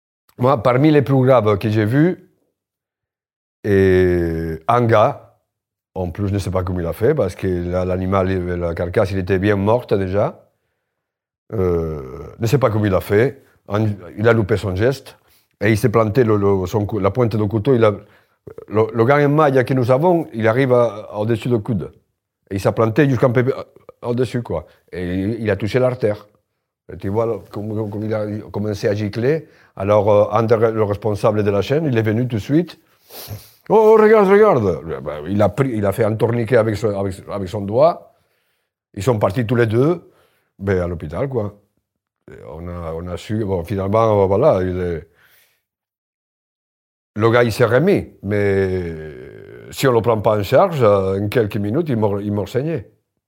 Moi, parmi les plus graves que j'ai vus, un gars En plus, je ne sais pas comment il a fait, parce que l'animal, la carcasse, il était bien morte déjà. Je ne sais pas comment il a fait. Il a loupé son geste. Et il s'est planté la pointe du couteau. Le gant en maille que nous avons, il arrive au-dessus du coude. Et il s'est planté jusqu'un peu au-dessus, quoi. Et il a touché l'artère. Et tu vois comme il a commencé à gicler. Alors, Ander, le responsable de la chaîne, il est venu tout de suite. Oh, regarde, regarde. Il a fait un tourniquet avec son doigt. Ils sont partis tous les deux à l'hôpital, quoi. Et on a su. Bon, finalement, voilà. Le gars, il s'est remis. Mais si on ne le prend pas en charge, en quelques minutes, il meurt saigné.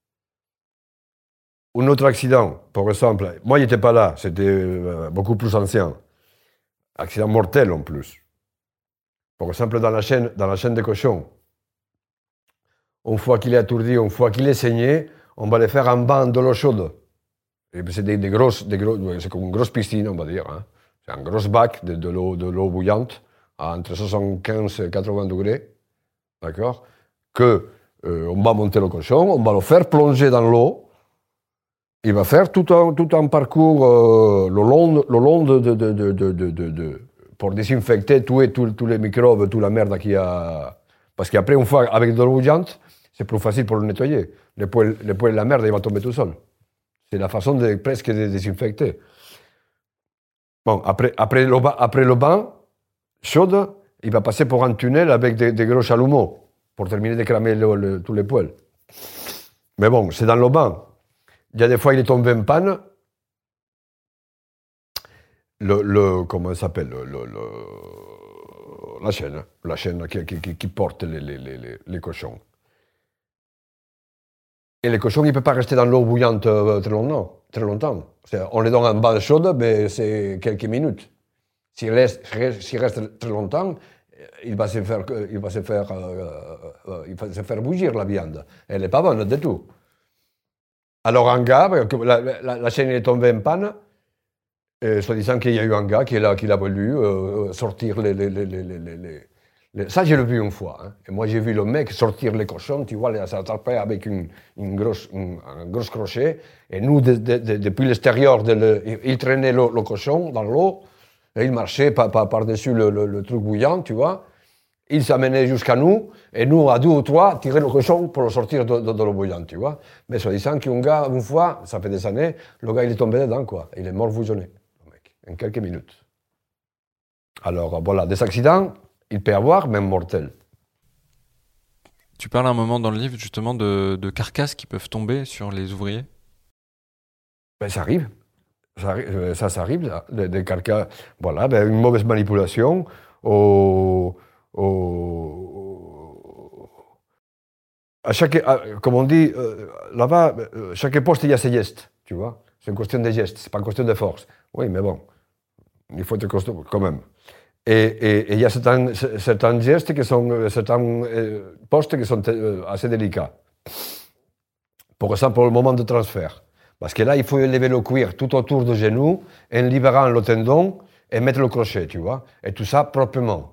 Un autre accident, par exemple. Moi, il n'était pas là. C'était beaucoup plus ancien. Accident mortel en plus. Par exemple, dans la chaîne des cochons, une fois qu'il est attourdi, une fois qu'il est saigné, on va le faire en bain de l'eau chaude. C'est c'est comme une grosse piscine, on va dire. Hein. C'est un gros bac de l'eau bouillante, à entre 75 et 80 degrés. D'accord? On va monter le cochon, on va le faire plonger dans l'eau. Il va faire tout un parcours le long pour désinfecter tous les microbes, toute la merde qu'il y a. Parce qu'après, une fois avec de l'eau bouillante, c'est plus facile pour le nettoyer. Les poils de la merde, il va tomber tout seul. C'est la façon presque de désinfecter. Bon, après le bain chaud, il va passer pour un tunnel avec des gros chalumeaux pour terminer de cramer tous les poils. Mais bon, c'est dans le bain. Il y a des fois, il est tombé en panne. Comment ça s'appelle la chaîne qui porte les cochons. Et les cochons, ils ne peuvent pas rester dans l'eau bouillante très longtemps. On les donne en bain chaude, mais c'est quelques minutes. S'il reste très longtemps, il va se faire bouillir la viande. Elle n'est pas bonne du tout. Alors un gars, la chaîne est tombée en panne, soit disant qu'il y a eu un gars qui a voulu sortir ça, je l'ai vu une fois. Hein. Et moi, j'ai vu le mec sortir les cochons, tu vois, il s'attraper avec un gros crochet. Et nous, depuis l'extérieur, il traînait le cochon dans l'eau, et il marchait par-dessus le truc bouillant, tu vois. Il s'amenait jusqu'à nous, et nous, à deux ou trois, tirer le cochon pour le sortir de l'eau bouillante, tu vois. Mais soit disant qu'un gars, une fois, ça fait des années, le gars, il est tombé dedans, quoi. Il est mort fusionné, le mec, en quelques minutes. Alors, voilà, des accidents, il peut y avoir, même mortels. Tu parles un moment dans le livre, justement, de carcasses qui peuvent tomber sur les ouvriers. Ben, ça arrive. Ça arrive, là, des carcasses. Voilà, une mauvaise manipulation, comme on dit, là-bas, chaque poste, il y a ses gestes, tu vois. C'est une question de gestes, c'est pas une question de force. Oui, mais bon, il faut être costaud quand même. Et il y a certains gestes certains postes qui sont assez délicats. Par exemple, pour le moment de transfert. Parce que là, il faut élever le cuir tout autour du genou, en libérant le tendon et mettre le crochet, tu vois. Et tout ça proprement.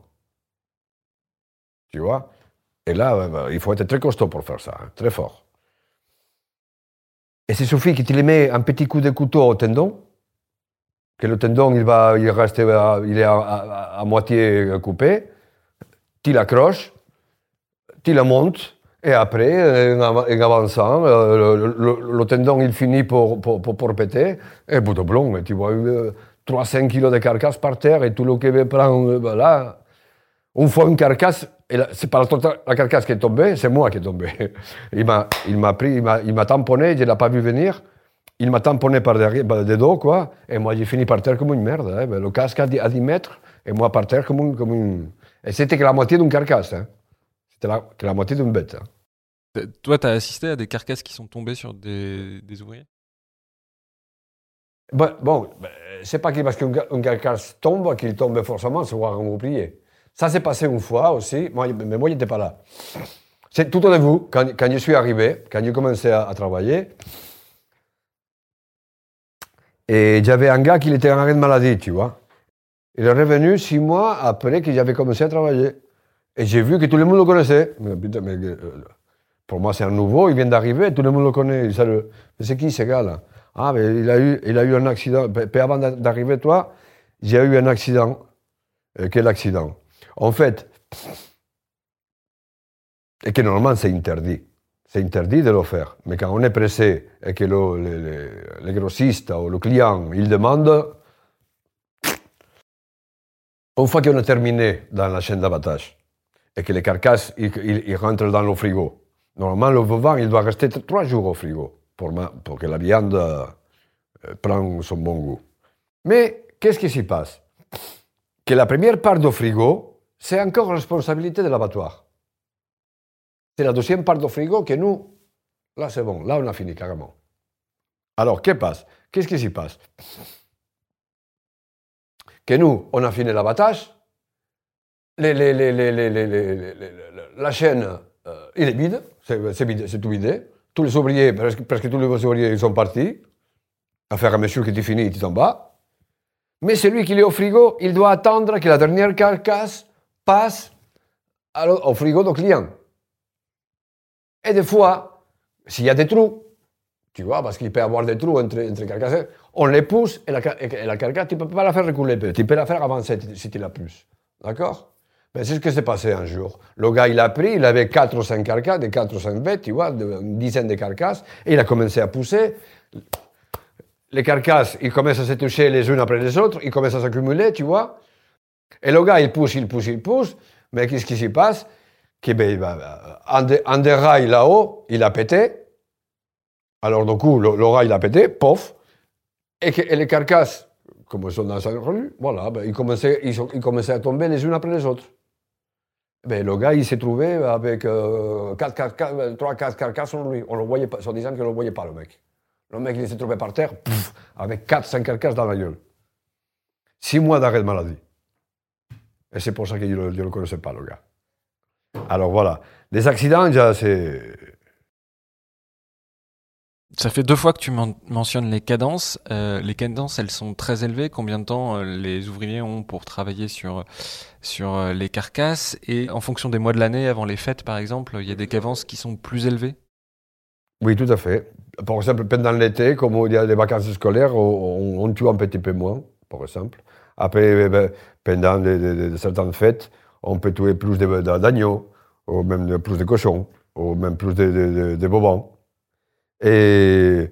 Tu vois. Et là, il faut être très costaud pour faire ça, hein, très fort. Et il suffit que tu lui mets un petit coup de couteau au tendon, que le tendon il est à moitié coupé, tu l'accroches, tu la montes, et après, en avançant, le tendon il finit pour péter, et bout de blond, tu vois 300 kilos de carcasse par terre, et tout le qui prend là. Une fois une carcasse, c'est pas la carcasse qui est tombée, c'est moi qui est tombé. Il m'a tamponné, je ne l'ai pas vu venir. Il m'a tamponné par derrière, des dos, quoi. Et moi, j'ai fini par terre comme une merde. Hein. Le casque à 10 mètres, et moi par terre comme une... Et c'était que la moitié d'une carcasse. Hein. C'était que la moitié d'une bête. Hein. Toi, tu as assisté à des carcasses qui sont tombées sur des ouvriers ? C'est pas parce qu'une carcasse tombe qu'il tombe forcément sur un ouvrier. Ça s'est passé une fois aussi, mais moi, je n'étais pas là. C'est tout au début, quand je suis arrivé, quand j'ai commencé à travailler, et j'avais un gars qui était en arrêt de maladie, tu vois. Il est revenu 6 mois après que j'avais commencé à travailler. Et j'ai vu que tout le monde le connaissait. Mais putain, Pour moi, c'est un nouveau, il vient d'arriver, tout le monde le connaît. Mais c'est qui ce gars-là? Ah, mais il a eu un accident. Puis avant d'arriver, toi, j'ai eu un accident. Quel accident? En fait, et que normalement, c'est interdit. C'est interdit de le faire. Mais quand on est pressé et que le grossiste ou le client, il demande, une fois qu'on a terminé dans la chaîne d'abattage et que les carcasses ils rentrent dans le frigo, normalement, le vivant, il doit rester 3 jours au frigo pour que la viande prenne son bon goût. Mais qu'est-ce qui s'y passe? Que la première part du frigo, c'est encore responsabilité de l'abattoir. C'est la deuxième part du frigo que nous, là c'est bon, là on a fini carrément. Alors, qu'est-ce qui s'y passe? Que nous, on a fini l'abattage, la chaîne, il est vide, c'est tout vidé. Tous les ouvriers, presque tous les ouvriers, ils sont partis. À faire à mesure que tu finis, tu t'en vas. Mais celui qui est au frigo, il doit attendre que la dernière carcasse passe au frigo du client. Et des fois, s'il y a des trous, tu vois, parce qu'il peut y avoir des trous entre carcasses, on les pousse et la carcasse, tu ne peux pas la faire reculer, tu peux la faire avancer si tu la pousses. D'accord? Mais c'est ce qui s'est passé un jour. Le gars, il a pris, il avait 4 ou 5 carcasses, des 4 ou 5 bêtes, tu vois, une dizaine de carcasses, et il a commencé à pousser. Les carcasses, ils commencent à se toucher les unes après les autres, ils commencent à s'accumuler, tu vois. Et le gars, il pousse, mais qu'est-ce qui s'y passe? Un des rails là-haut, il a pété. Alors, du coup, le rail, il a pété, pof. Et les carcasses, comme ils sont dans sa rue, voilà, ils commençaient à tomber les unes après les autres. Le gars, il s'est trouvé avec 3-4 carcasses sur lui. On le voyait pas, en disant qu'on ne le voyait pas, le mec. Le mec, il s'est trouvé par terre, avec 4-5 carcasses dans la gueule. 6 mois d'arrêt de maladie. Et c'est pour ça que je ne le connaissais pas, le gars. Alors voilà. Les accidents, déjà, c'est... Ça fait 2 fois que tu mentionnes les cadences. Les cadences, elles sont très élevées. Combien de temps les ouvriers ont pour travailler sur les carcasses? Et en fonction des mois de l'année, avant les fêtes par exemple, il y a des cadences qui sont plus élevées? Oui, tout à fait. Par exemple, pendant l'été, comme il y a des vacances scolaires, on tue un petit peu moins, par exemple. Après, pendant certaines fêtes, on peut tuer plus d'agneaux, ou même plus de cochons, ou même plus de bovins. Et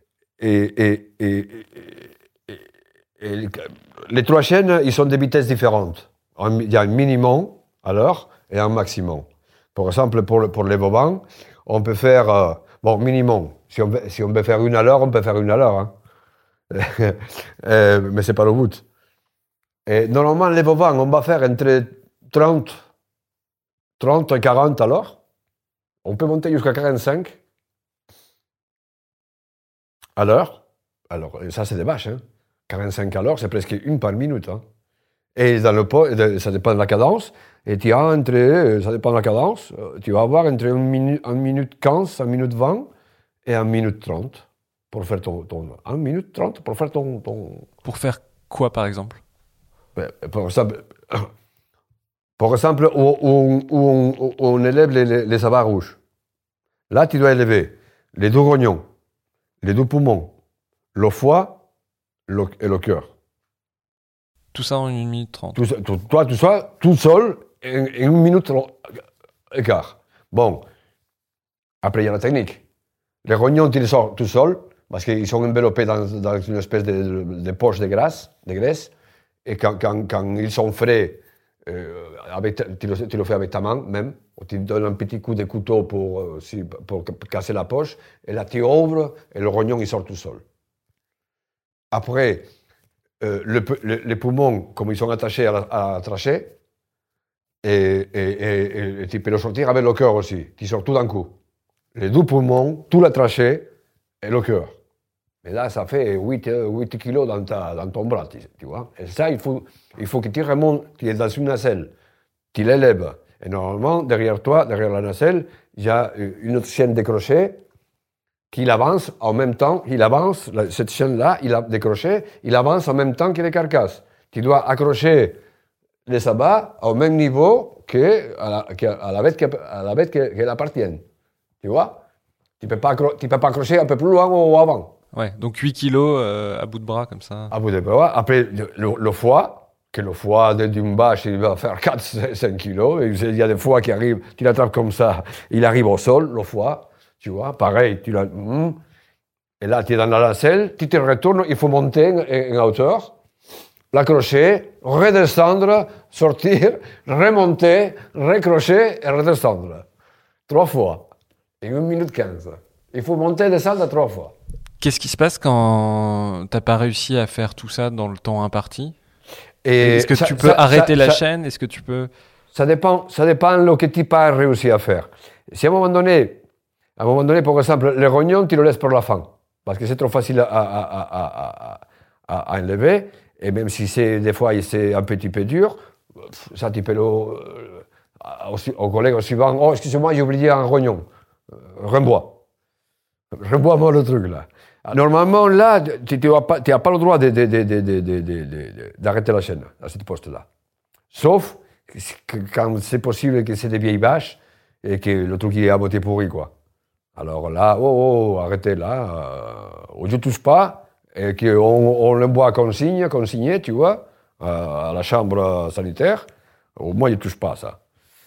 les 3 chaînes, ils sont de vitesses différentes. Il y a un minimum à l'heure et un maximum. Par exemple, pour les bovins, on peut faire, minimum. Si on veut faire 1 à l'heure, on peut faire 1 à l'heure. Hein. Mais c'est pas le but. Et normalement, les bovins, on va faire entre 30 et 40 à l'heure. On peut monter jusqu'à 45 à l'heure. Alors, ça, c'est des vaches. Hein. 45 à l'heure, c'est presque 1 par minute. Hein. Et dans le pot, ça dépend de la cadence. Et tu as ça dépend de la cadence, tu vas avoir entre 1 minute 15, 1 minute 20 et 1 minute 30 pour faire ton 1 minute 30 pour faire ton... Pour faire quoi, par exemple? Par exemple, où on élève les abats rouges. Là, tu dois élever les 2 rognons, les 2 poumons, le foie et le cœur. Tout ça en 1 minute 30. Tout ça, tout seul, en 1 minute et quart. Bon, après, il y a la technique. Les rognons, tu les sors tout seul, parce qu'ils sont enveloppés dans une espèce de poche de graisse. Et quand ils sont frais, tu le fais avec ta main même. Tu donnes un petit coup de couteau pour casser la poche. Et là, tu ouvres et le rognon, il sort tout seul. Après, les poumons, comme ils sont attachés à la trachée, et tu peux le sortir avec le cœur aussi. Tu sors tout d'un coup. Les 2 poumons, toute la trachée et le cœur. Et là, ça fait 8 kilos dans ton bras, tu vois. Et ça, il faut que tu remontes, tu es dans une nacelle, tu l'élèves. Et normalement, derrière toi, derrière la nacelle, il y a une autre chaîne de crochets qui avance en même temps, cette chaîne-là, il a des crochets, il avance en même temps que les carcasses. Tu dois accrocher les abats au même niveau qu'à la bête qu'elle appartient. Tu tu vois. Tu peux pas accrocher un peu plus loin ou avant. Ouais, donc 8 kilos à bout de bras comme ça. À bout de bras. Après, le foie, que le foie d'une vache, il va faire 4-5 kilos. Et il y a des foies qui arrivent, tu l'attrapes comme ça, il arrive au sol, le foie, tu vois. Pareil, et là, tu es dans la nacelle, tu te retournes, il faut monter en hauteur, l'accrocher, redescendre, sortir, remonter, recrocher et redescendre. 3 fois. En 1 minute 15. Il faut monter et descendre 3 fois. Qu'est-ce qui se passe quand t'as pas réussi à faire tout ça dans le temps imparti? Est-ce que tu peux arrêter la chaîne? Est-ce que tu peux... Ça dépend de ce que tu as réussi à faire. Si à un moment donné, par exemple, les rognons, tu le laisses pour la fin, parce que c'est trop facile à enlever, et même si des fois c'est un petit peu dur, ça tu peux au collègue suivant, oh excusez-moi, j'ai oublié un rognon, rembois-moi le truc là. Normalement, là, tu n'as pas le droit d'arrêter la chaîne à ce poste-là. Sauf quand c'est possible que c'est des vieilles vaches et que le truc est à moitié pourri, quoi. Alors là, arrêtez là, je ne touche pas, et qu'on l'envoie consigné, tu vois, à la chambre sanitaire. Au moins, je ne touche pas à ça.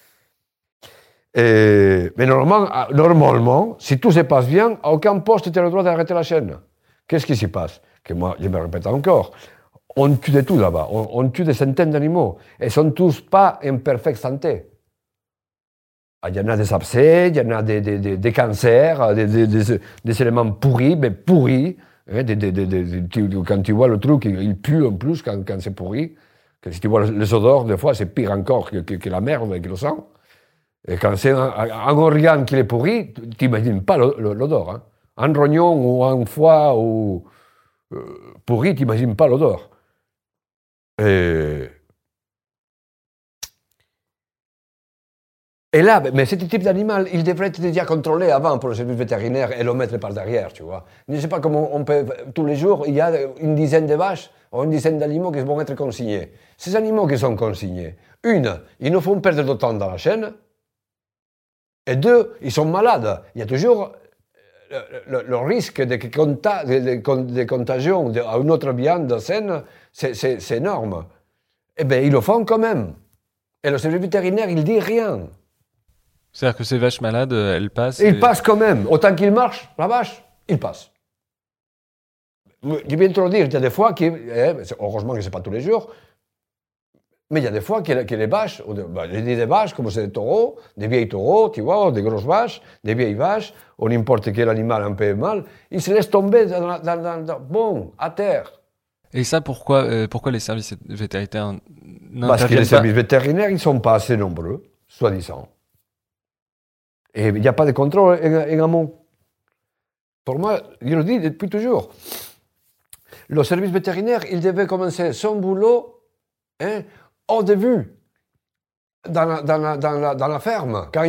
Mais normalement, si tout se passe bien, à aucun poste tu as le droit d'arrêter la chaîne. Qu'est-ce qui s'y passe? Que moi, je me répète encore, on tue de tout là-bas, on tue des centaines d'animaux, et ils ne sont tous pas en parfaite santé. Il y en a des abcès, il y en a des cancers, des éléments pourris, mais pourris. Hein, quand tu vois le truc, il pue en plus quand c'est pourri. Que si tu vois les odeurs, des fois, c'est pire encore que la merde, que le sang. Et quand c'est un organe qui est pourri, tu n'imagines pas l'odeur. Hein. Un rognon ou un foie pourri, tu n'imagines pas l'odeur. Et là, mais ce type d'animal, il devrait être déjà contrôlé avant pour le service vétérinaire et le mettre par derrière, tu vois. Je ne sais pas comment on peut... Tous les jours, il y a une dizaine de vaches ou une dizaine d'animaux qui vont être consignés. Ces animaux qui sont consignés, ils nous font perdre de temps dans la chaîne, et 2, ils sont malades. Il y a toujours le risque de contagion à une autre viande saine, c'est énorme. Eh bien, ils le font quand même. Et le service vétérinaire, il ne dit rien. C'est-à-dire que ces vaches malades, elles passent... Ils passent quand même. Autant qu'ils marchent, la vache, ils passent. Je viens de te le dire, il y a des fois, heureusement que ce n'est pas tous les jours, mais il y a des fois que les vaches, je dis des vaches comme c'est des taureaux, des vieilles taureaux, tu vois, des grosses vaches, des vieilles vaches, ou n'importe quel animal un peu mal, ils se laissent tomber à terre. Et ça, pourquoi les services vétérinaires n'interviennent pas? Parce que les services vétérinaires, ils ne sont pas assez nombreux, soi-disant. Et il n'y a pas de contrôle en amont. Pour moi, je le dis depuis toujours, le service vétérinaire, il devait commencer son boulot au début, dans la ferme, quand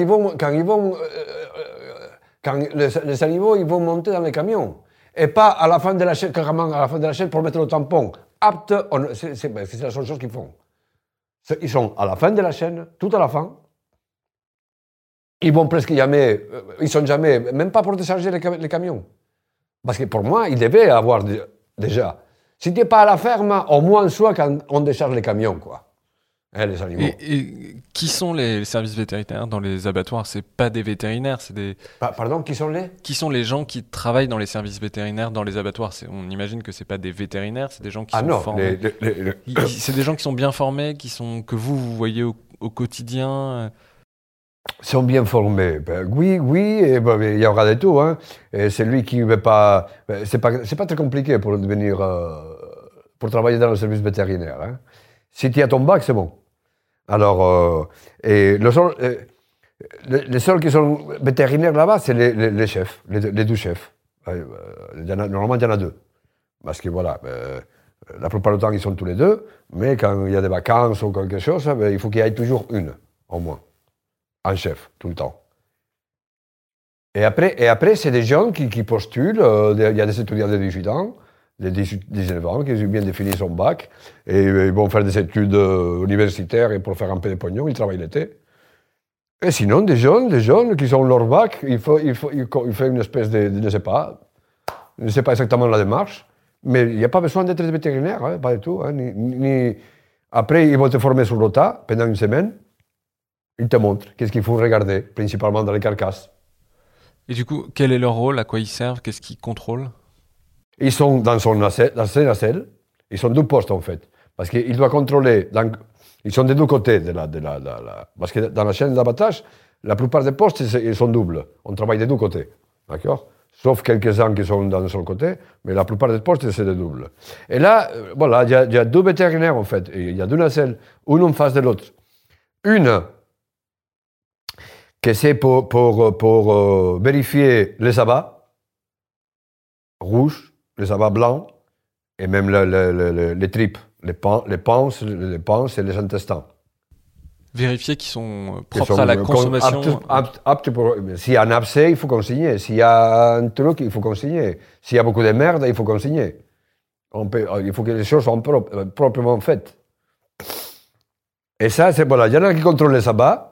les animaux ils vont monter dans les camions. Et pas à la fin de la chaîne, carrément à la fin de la chaîne pour mettre le tampon. Apte, c'est la seule chose qu'ils font. Ils sont à la fin de la chaîne, tout à la fin. Ils vont presque jamais, ils sont jamais, même pas pour décharger les camions. Parce que pour moi, ils devaient avoir déjà. Si tu n'es pas à la ferme, au moins soit quand on décharge les camions, quoi. Les animaux. Et qui sont les services vétérinaires dans les abattoirs? C'est pas des vétérinaires, c'est des... Pardon, qui sont les? Qui sont les gens qui travaillent dans les services vétérinaires dans les abattoirs? On imagine que c'est pas des vétérinaires, c'est des gens qui sont formés. C'est des gens qui sont bien formés, que vous voyez au quotidien. Sont bien formés. Oui, il y aura de tout. Hein. Et celui qui ne veut pas... C'est pas très compliqué pour devenir... pour travailler dans le service vétérinaire. Hein. Si tu as ton bac, c'est bon. Alors, les seuls qui sont vétérinaires là-bas, c'est les chefs, les 2 chefs. Normalement, il y en a 2. Parce que voilà, la plupart du temps, ils sont tous les 2. Mais quand il y a des vacances ou quelque chose, il faut qu'il y ait toujours une, au moins. Un chef, tout le temps. Et après c'est des gens qui postulent. Il y a des étudiants de 18 ans, de 19 ans, qui ont bien défini son bac. Et ils vont faire des études universitaires et pour faire un peu de pognon, ils travaillent l'été. Et sinon, des jeunes qui sont leur bac, il fait une espèce de, je ne sais pas exactement la démarche, mais il n'y a pas besoin d'être vétérinaire, hein, pas du tout. Hein, Après, ils vont te former sur le tas pendant une semaine. Ils te montrent qu'est-ce qu'il faut regarder, principalement dans les carcasses. Et du coup, quel est leur rôle? À quoi ils servent? Qu'est-ce qu'ils contrôlent? Ils sont dans ses nacelles. Ils sont deux postes, en fait. Parce qu'il doit contrôler... Ils sont des deux côtés parce que dans la chaîne d'abattage, la plupart des postes, ils sont doubles. On travaille des deux côtés. D'accord? Sauf quelques-uns qui sont d'un seul côté, mais la plupart des postes, c'est des doubles. Et là, voilà, il y a deux vétérinaires, en fait. Il y a deux nacelles, une en face de l'autre. Une que c'est pour vérifier les abats rouges, les abats blancs, et même les tripes, les panses et les intestins. Vérifier qu'ils sont propres à la consommation. Aptes pour, s'il y a un abcès, il faut consigner. S'il y a un truc, il faut consigner. S'il y a beaucoup de merde, il faut consigner. Il faut que les choses soient proprement faites. Et ça, c'est voilà. Il y en a qui contrôlent les abats,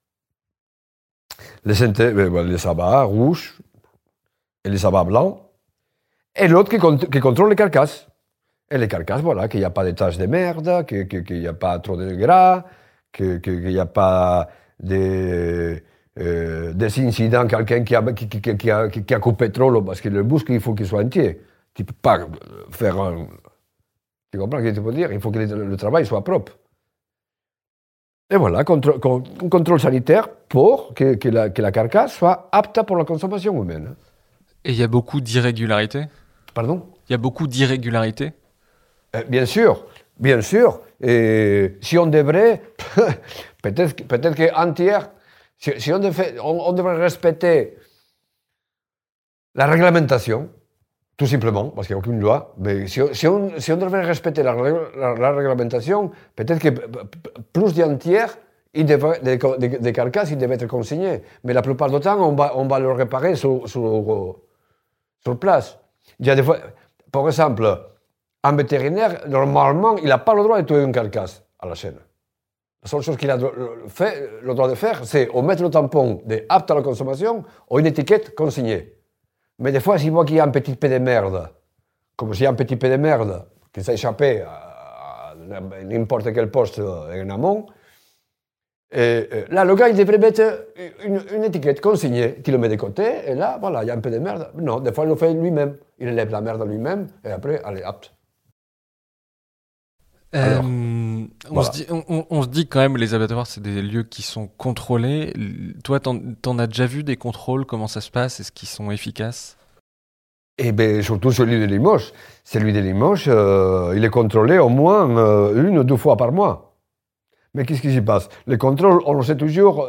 les abats rouges et les abats blancs, et l'autre qui contrôle les carcasses. Et les carcasses, voilà, qu'il n'y a pas de taches de merde, qu'il n'y a pas trop de gras, qu'il n'y a pas des incidents, quelqu'un qui a coupé trop, parce que le muscle, il faut qu'il soit entier. Tu ne peux pas faire un... Tu comprends ce que je veux dire? Il faut que le travail soit propre. Et voilà, un contrôle sanitaire pour que la carcasse soit apte pour la consommation humaine. Et il y a beaucoup d'irrégularités? Pardon? Il y a beaucoup d'irrégularités? Bien sûr. Et si on devrait, peut-être qu'entière, si on devrait respecter la réglementation, tout simplement, parce qu'il n'y a aucune loi, mais si on devrait respecter la réglementation, peut-être que plus d'entières, des carcasses, ils devaient être consignés. Mais la plupart du temps, on va le réparer sur place. Il y a des fois, par exemple, un vétérinaire, normalement, il n'a pas le droit de tuer une carcasse à la chaîne. La seule chose qu'il a le droit de faire, c'est ou mettre le tampon de apte à la consommation ou une étiquette consignée. Mais des fois, s'il voit qu'il y a un petit peu de merde, comme s'il y a un petit peu de merde qui s'est échappé à n'importe quel poste en amont, là, le gars, il devrait mettre une étiquette consignée qui le met de côté, et là, voilà, il y a un peu de merde. Non, des fois, il le fait lui-même. Il élève la merde lui-même, et après, elle est apte. Alors, on se dit quand même, les abattoirs, c'est des lieux qui sont contrôlés. Toi, t'en as déjà vu des contrôles? Comment ça se passe? Est-ce qu'ils sont efficaces? Eh bien, surtout celui de Limoges. Celui de Limoges, il est contrôlé au moins 1 ou 2 fois par mois. Mais qu'est-ce qui s'y passe? Les contrôles, on le sait toujours,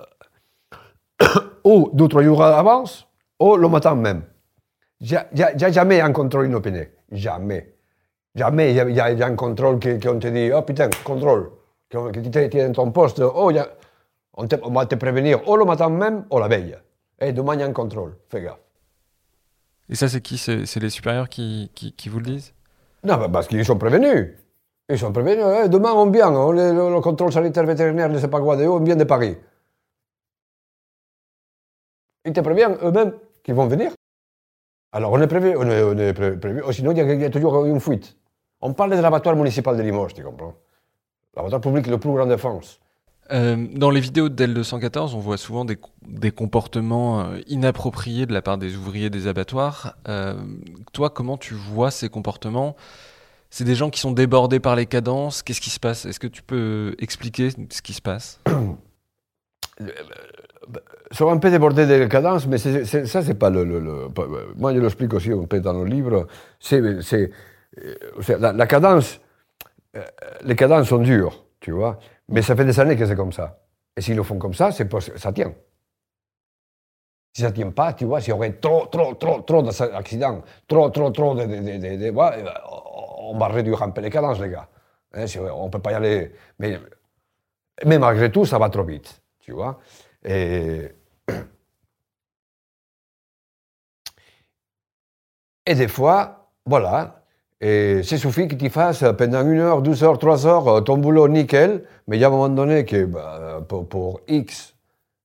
ou 2 ou 3 jours à l'avance, ou le matin même. Il n'y a jamais un contrôle inopiné. Jamais. Jamais il y a un contrôle qu'on te dit, oh putain, contrôle, que tu es dans ton poste, on va te prévenir ou le matin même ou la veille. Et demain, il y a un contrôle, fais gaffe. Et ça, c'est qui? C'est les supérieurs qui vous le disent? Non, parce qu'ils sont prévenus. Ils sont prévenus. Demain, on vient, le contrôle sanitaire vétérinaire, je ne sais pas quoi, on vient de Paris. Ils te préviennent eux-mêmes qu'ils vont venir. Alors, on est prévu, sinon, il y a toujours une fuite. On parle de l'abattoir municipal de Limoges, tu comprends? L'abattoir public le plus grand de France. Dans les vidéos d'L214, on voit souvent des comportements inappropriés de la part des ouvriers des abattoirs. Toi, comment tu vois ces comportements? C'est des gens qui sont débordés par les cadences. Qu'est-ce qui se passe? Est-ce que tu peux expliquer ce qui se passe? Sont un peu débordés des cadences, mais ça, c'est pas moi, je l'explique aussi un peu dans le livre. La cadence, les cadences sont dures, tu vois, mais ça fait des années que c'est comme ça. Et s'ils le font comme ça, ça tient. Si ça ne tient pas, tu vois, s'il y aurait trop d'accidents, trop on va réduire un peu les cadences, les gars. On ne peut pas y aller. Mais malgré tout, ça va trop vite, tu vois. Et des fois, voilà, et c'est suffit que tu fasses pendant 1 heure, 2 heures, 3 heures ton boulot nickel, mais il y a un moment donné que pour X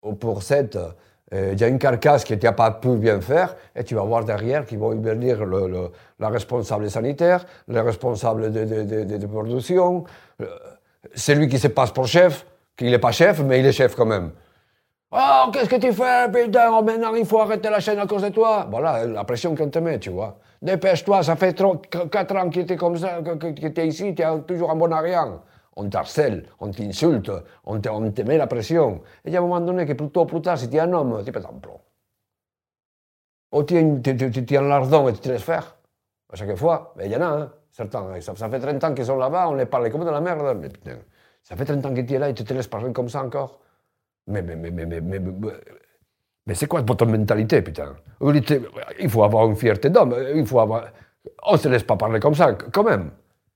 ou pour 7, il y a une carcasse que tu n'as pas pu bien faire, et tu vas voir derrière qu'ils vont venir la responsable sanitaire, le responsable de production, celui qui se passe pour chef, qui n'est pas chef, mais il est chef quand même. Oh, qu'est-ce que tu fais, putain, oh, maintenant il faut arrêter la chaîne à cause de toi. Voilà, la pression qu'on te met, tu vois. Dépêche-toi, ça fait 4 ans que tu es comme ça, que tu es ici, tu es toujours en bon à rien. On t'harcèle, on t'insulte, on te met la pression. Et il y a un moment donné que plus tôt ou plus tard, si tu es un homme, tu pètes un plomb. Ou tu es un lardon et tu te laisses faire. À chaque fois, mais il y en a, hein, certains. Ça fait 30 ans qu'ils sont là-bas, on les parle comme de la merde. Mais putain, ça fait 30 ans que tu es là et tu te laisses parler comme ça encore. Mais c'est quoi votre mentalité, putain? Il faut avoir une fierté d'homme, on ne se laisse pas parler comme ça, quand même.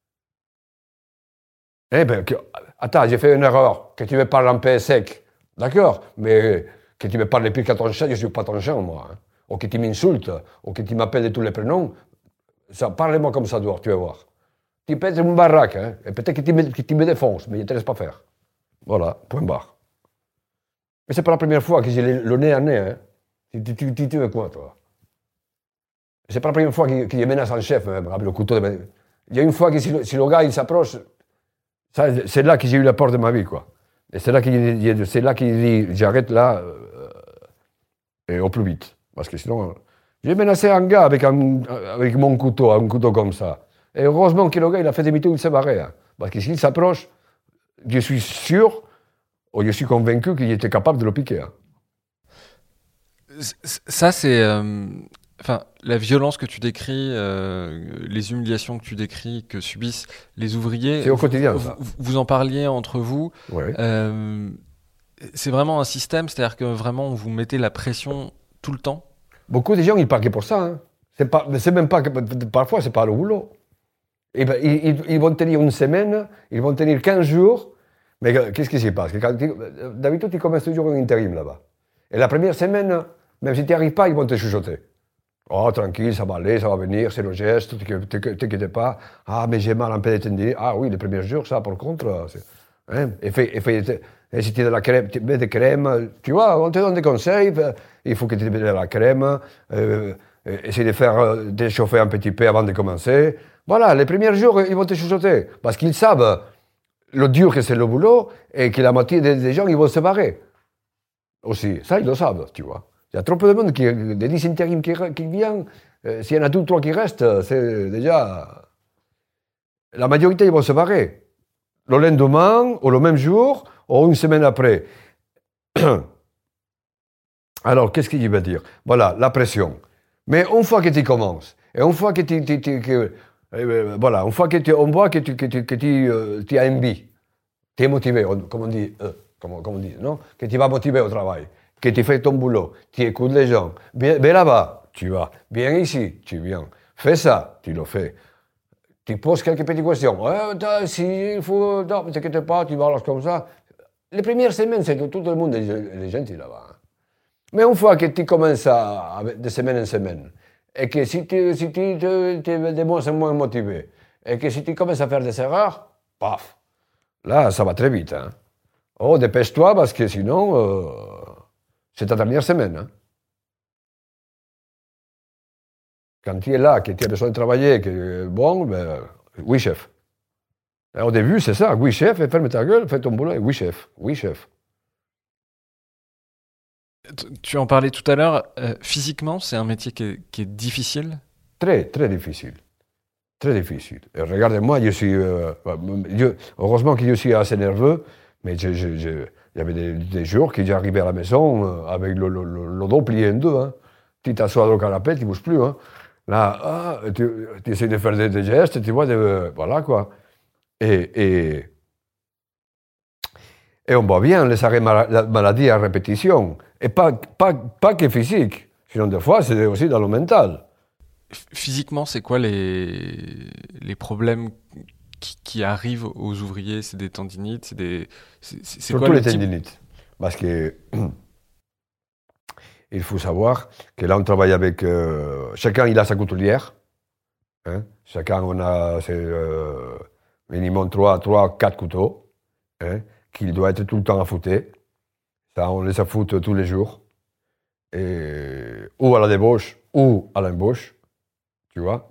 Eh bien, attends, j'ai fait une erreur, que tu me parles en paix sec, d'accord, mais que tu me parles pire qu'à ton chat, je ne suis pas ton chat, moi. Hein. Ou que tu m'insultes, ou que tu m'appelles de tous les prénoms, parle-moi comme ça dehors, tu vas voir. Tu peux être une baraque, hein, et peut-être que tu me défonces, mais je ne te laisse pas faire. Voilà, point barre. Mais c'est pas la première fois que j'ai le nez à nez, hein. Tu veux quoi, toi? C'est pas la première fois qu'il menace un chef, même, avec le couteau. Il y a une fois que si le gars il s'approche, c'est là que j'ai eu la porte de ma vie, quoi. Et c'est là qu'il dit, j'arrête là, et au plus vite. Parce que sinon, j'ai menacé un gars avec mon couteau, un couteau comme ça. Et heureusement que le gars, il a fait demi-tour, il s'est barré. Hein. Parce que s'il s'approche, je suis sûr, ou je suis convaincu qu'il était capable de le piquer. Hein. Ça, c'est... Enfin, la violence que tu décris, les humiliations que tu décris, que subissent les ouvriers... C'est au quotidien, ça. Vous en parliez entre vous. Ouais. C'est vraiment un système, c'est-à-dire que vraiment, vous mettez la pression tout le temps? Beaucoup de gens, ils partent pour ça. Hein. C'est même pas... Parfois, c'est pas le boulot. Et ben, ils vont tenir une semaine, ils vont tenir 15 jours... Mais qu'est-ce qui se passe? D'habitude, tu commences toujours un intérim là-bas. Et la première semaine, même si tu n'y arrives pas, ils vont te chuchoter. Oh, tranquille, ça va aller, ça va venir, c'est le geste, ne t'inquiète pas. Ah, mais j'ai mal en pied tendine. Ah oui, les premiers jours, ça, par contre, hein? Et si tu as de la crème, tu mets des crèmes, tu vois, on te donne des conseils, il faut que tu mettes de la crème, essaye de faire déchauffer un petit peu avant de commencer. Voilà, les premiers jours, ils vont te chuchoter, parce qu'ils savent le dur que c'est le boulot et que la moitié des gens, ils vont se barrer. Aussi, ça, ils le savent, tu vois. Il y a trop peu de monde, des 10 intérims qui viennent, s'il y en a 2 ou 3 qui restent, c'est déjà... La majorité, ils vont se barrer. Le lendemain, ou le même jour, ou une semaine après. Alors, qu'est-ce qu'il va dire? Voilà, la pression. Mais une fois que tu commences, et une fois que voilà, une fois on voit que tu as envie, tu es motivé, comme on dit, non? Que tu vas motiver au travail, que tu fais ton boulot, tu écoutes les gens. Viens là-bas, tu vas. Viens ici, tu viens. Fais ça, tu le fais. Tu poses quelques petites questions. Il faut... Non, ne t'inquiète pas, tu vas comme ça. Les premières semaines, c'est que tout le monde est gentil là-bas. Hein. Mais une fois que tu commences de semaine en semaine, et que si tu es de moins en moins motivé, et que si tu commences à faire des erreurs, paf, là, ça va très vite. Hein. Oh, dépêche-toi, parce que sinon, c'est ta dernière semaine. Hein. Quand tu es là, que tu as besoin de travailler, oui, chef. Et au début, c'est ça, oui, chef, et ferme ta gueule, fais ton boulot, et oui, chef, oui, chef. Tu en parlais tout à l'heure, physiquement, c'est un métier qui est difficile? Très, très difficile. Très difficile. Et regardez-moi, je suis... heureusement que je suis assez nerveux, mais il y avait des jours que j'arrivais à la maison avec le dos plié en deux. Hein. Tu t'assois dans le canapé, tu ne bouges plus. Hein. Là, tu essaies de faire des gestes, tu vois, voilà quoi. Et on voit bien les arrêts maladie à répétition. Et pas que physique, sinon des fois, c'est aussi dans le mental. Physiquement, c'est quoi les problèmes qui arrivent aux ouvriers? C'est des tendinites, c'est surtout quoi les tendinites. Parce que il faut savoir que là, on travaille avec... chacun, il a sa couturière. Hein? Chacun, on a minimum 3 4 couteaux. Hein? Qu'il doit être tout le temps affûté. Ça, on les affûte tous les jours. Ou à la débauche, ou à l'embauche, tu vois.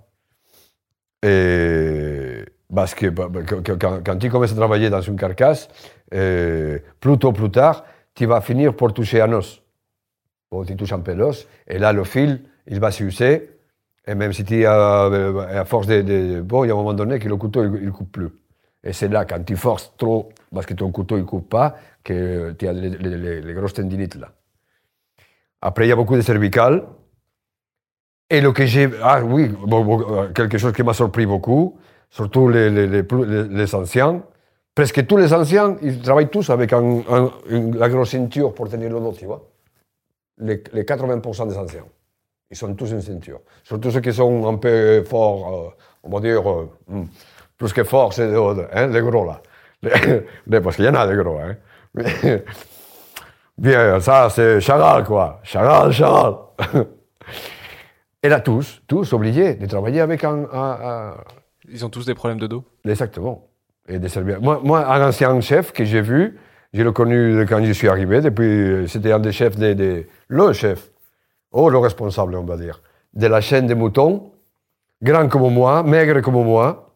Et parce que quand tu commences à travailler dans une carcasse, plus tôt, plus tard, tu vas finir par toucher un os. Bon, tu touches un peu l'os, et là, le fil, il va s'user. Et même si tu à force bon, il y a un moment donné que le couteau, il ne coupe plus. Et c'est là, quand tu forces trop, parce que ton couteau, il ne coupe pas, que tu as les grosses tendinites là. Après, il y a beaucoup de cervicales. Et le que j'ai... Ah oui, quelque chose qui m'a surpris beaucoup, surtout les anciens. Presque tous les anciens, ils travaillent tous avec la grosse ceinture pour tenir le dos, tu vois. Les 80% des anciens. Ils sont tous une ceinture. Surtout ceux qui sont un peu forts, on va dire, plus que forts, c'est les gros là. Parce qu'il y en a des gros. Hein. Bien, ça c'est Chagall, quoi. Chagall. Et là, tous obligés de travailler avec Ils ont tous des problèmes de dos? Exactement. Et des cervicales. Moi, un ancien chef que j'ai vu, je l'ai connu quand je suis arrivé, depuis, c'était un des chefs, le chef, le responsable, on va dire, de la chaîne des moutons, grand comme moi, maigre comme moi.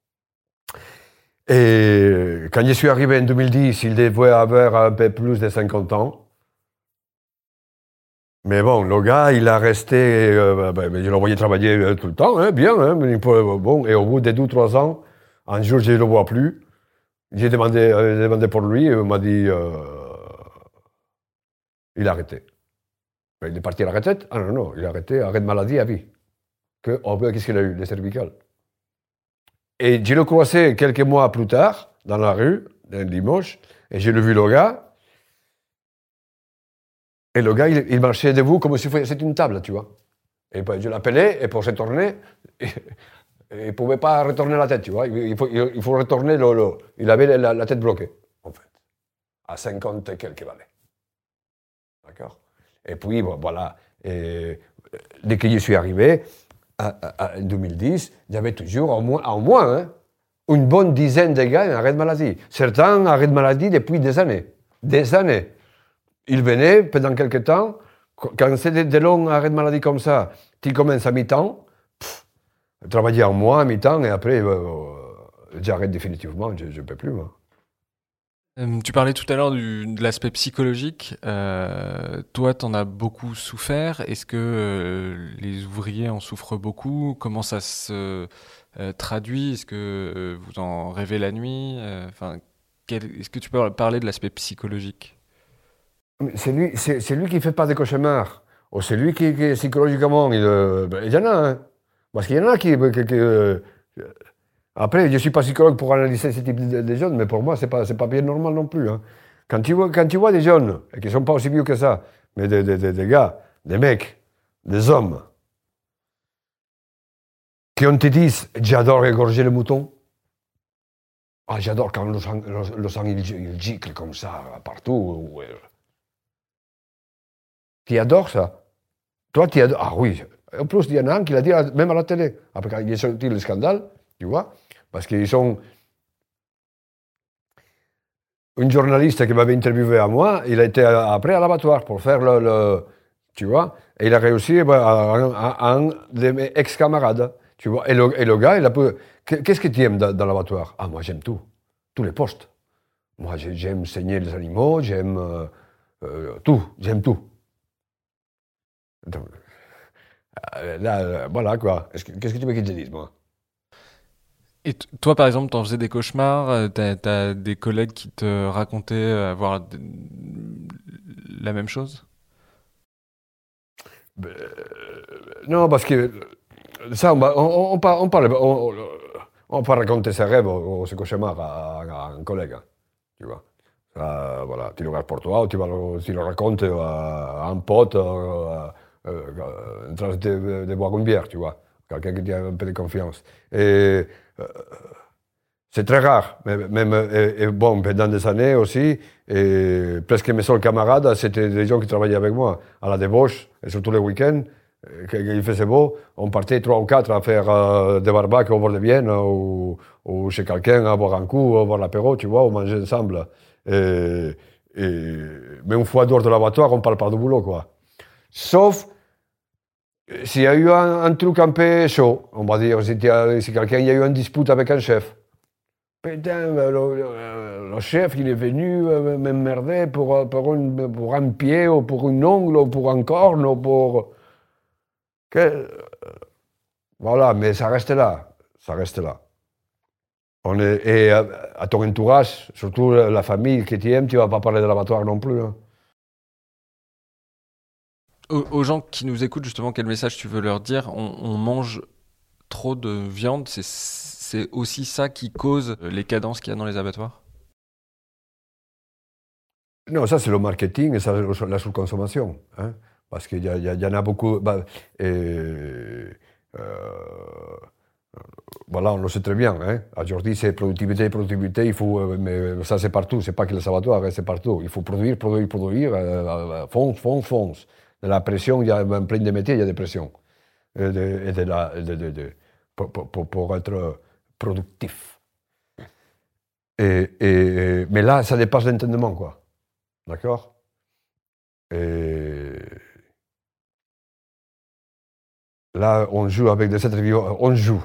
Et quand je suis arrivé en 2010, il devait avoir un peu plus de 50 ans. Mais bon, le gars, il a resté, je le voyais travailler tout le temps, hein, bien, hein, bon, et au bout de 2 ou 3 ans, un jour, je ne le vois plus. J'ai demandé pour lui, il m'a dit, il a arrêté. Il est parti à la retraite? Ah non, il a arrêté, arrêt de maladie à vie. Qu'est-ce qu'il a eu? Les cervicales. Et je le croisé quelques mois plus tard, dans la rue, dans Limoges, et j'ai vu le gars. Et le gars, il marchait debout comme si c'était une table, tu vois. Et je l'appelais, et pour se tourner, il ne pouvait pas retourner la tête, tu vois. Il faut retourner il avait la tête bloquée, en fait. À 50 et quelques balais. D'accord? Et puis, bon, voilà. Et, dès que je suis arrivé, en 2010, il y avait toujours au moins une bonne dizaine de gars en arrêt de maladie. Certains en arrêt de maladie depuis des années. Des années. Ils venaient pendant quelques temps. Quand c'est des longs arrêts de maladie comme ça, tu commences à mi-temps, travailler un mois à mi-temps, et après, j'arrête définitivement, je ne peux plus, moi. Tu parlais tout à l'heure de l'aspect psychologique. Toi, tu en as beaucoup souffert. Est-ce que les ouvriers en souffrent beaucoup? Comment ça se traduit? Est-ce que vous en rêvez la nuit? Est-ce que tu peux parler de l'aspect psychologique? C'est lui qui ne fait pas des cauchemars. Ou c'est lui qui psychologiquement, il y en a. Hein. Parce qu'il y en a qui après, je ne suis pas psychologue pour analyser ce type de jeunes, mais pour moi, ce n'est pas bien normal non plus. Hein. Quand tu vois des jeunes, qui ne sont pas aussi vieux que ça, mais des gars, des mecs, des hommes, qui te disent « j'adore égorger le mouton ». Ah, j'adore quand le sang il gicle comme ça, partout. Tu adores ça. Toi, tu adores. Ah oui. En plus, il y en a un qui l'a dit même à la télé. Après, quand il est sorti le scandale, tu vois, parce qu'ils sont... Une journaliste qui m'avait interviewé à moi, il a été après à l'abattoir pour faire tu vois, et il a réussi un de mes ex-camarades, tu vois. Et le gars, il a pu... Qu'est-ce que tu aimes dans l'abattoir? Ah, moi, j'aime tout. Tous les postes. Moi, j'aime saigner les animaux, j'aime tout. J'aime tout. Donc, là, voilà, quoi. Qu'est-ce que tu veux que je te dise, moi? Et toi, par exemple, t'en faisais des cauchemars, t'as des collègues qui te racontaient avoir la même chose? Non, parce que ça, on peut raconter ses rêves ou ses cauchemars à un collègue, hein, tu vois. Ça, voilà, tu le gardes pour toi ou tu le racontes à un pote en train de boire une bière, tu vois. Quelqu'un qui a un peu de confiance. Et c'est très rare, même bon, pendant des années aussi, et presque mes seuls camarades, c'était des gens qui travaillaient avec moi à la débauche, et surtout les week-ends, quand il faisait beau, on partait 3 ou 4 à faire des barbaques au bord de Vienne, ou chez quelqu'un à boire un coup, à boire l'apéro, tu vois, ou manger ensemble. Mais une fois dehors de l'abattoir, on ne parle pas de boulot, quoi. Sauf s'il y a eu un truc un peu chaud, on va dire, si quelqu'un y a eu une dispute avec un chef. Putain, le chef, il est venu m'emmerder pour un pied, ou pour une ongle, ou pour un corne, ou pour... Voilà, mais ça reste là. Ça reste là. Et à ton entourage, surtout la famille qui t'aime, tu ne vas pas parler de l'abattoir non plus. Hein. Aux gens qui nous écoutent, justement, quel message tu veux leur dire? On mange trop de viande, c'est aussi ça qui cause les cadences qu'il y a dans les abattoirs? Non, ça c'est le marketing et ça la sous-consommation. Hein, parce qu'il y en a beaucoup. Voilà, on le sait très bien. Hein. Aujourd'hui, c'est productivité, il faut. Mais ça, c'est partout. C'est pas que les abattoirs, hein, c'est partout. Il faut produire. Fonce. De la pression, il y a plein de métiers, il y a des pressions. Pour être productif. Mais là, ça dépasse l'entendement, quoi. D'accord? Là, on joue avec des êtres vivants. On joue.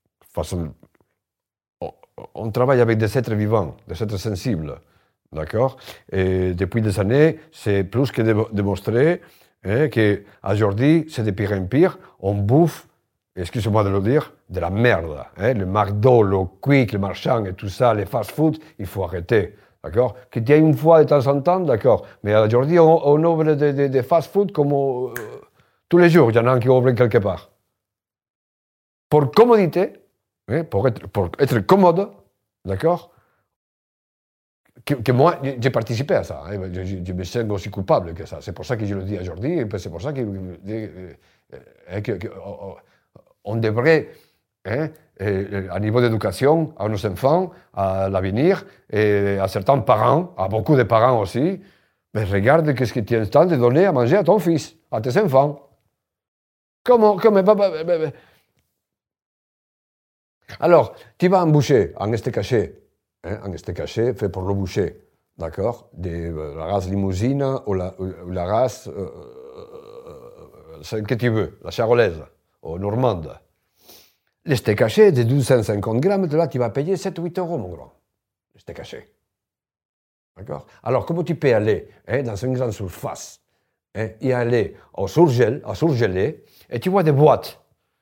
On travaille avec des êtres vivants, des êtres sensibles. D'accord? Et depuis des années, c'est plus que démontré qu'aujourd'hui, c'est de pire en pire. On bouffe, excusez-moi de le dire, de la merde. Hein? Le McDo, le Quick, le Marchand et tout ça, les fast-food, il faut arrêter. D'accord? Qu'il y ait une fois de temps en temps, d'accord. Mais aujourd'hui, on ouvre des fast-food comme tous les jours. Il y en a un qui ouvre quelque part. Pour commodité, hein, pour être commode, d'accord? Que moi, j'ai participé à ça. Hein, je me sens aussi coupable que ça. C'est pour ça que je le dis aujourd'hui. Et c'est pour ça qu'on devrait, hein, à niveau d'éducation, à nos enfants, à l'avenir, et à certains parents, à beaucoup de parents aussi, mais regarde ce que tu es en train de donner à manger à ton fils, à tes enfants. Comment Alors, tu vas en boucher, en steak haché, hein, un steak haché fait pour le boucher, d'accord? De la race limousine ou la race, celle que tu veux, la charolaise ou normande. Le steak haché de 1250 grammes, de là, tu vas payer 7-8 euros, mon grand. Le steak haché. D'accord? Alors, comment tu peux aller dans une grande surface y aller au surgelé, et tu vois des boîtes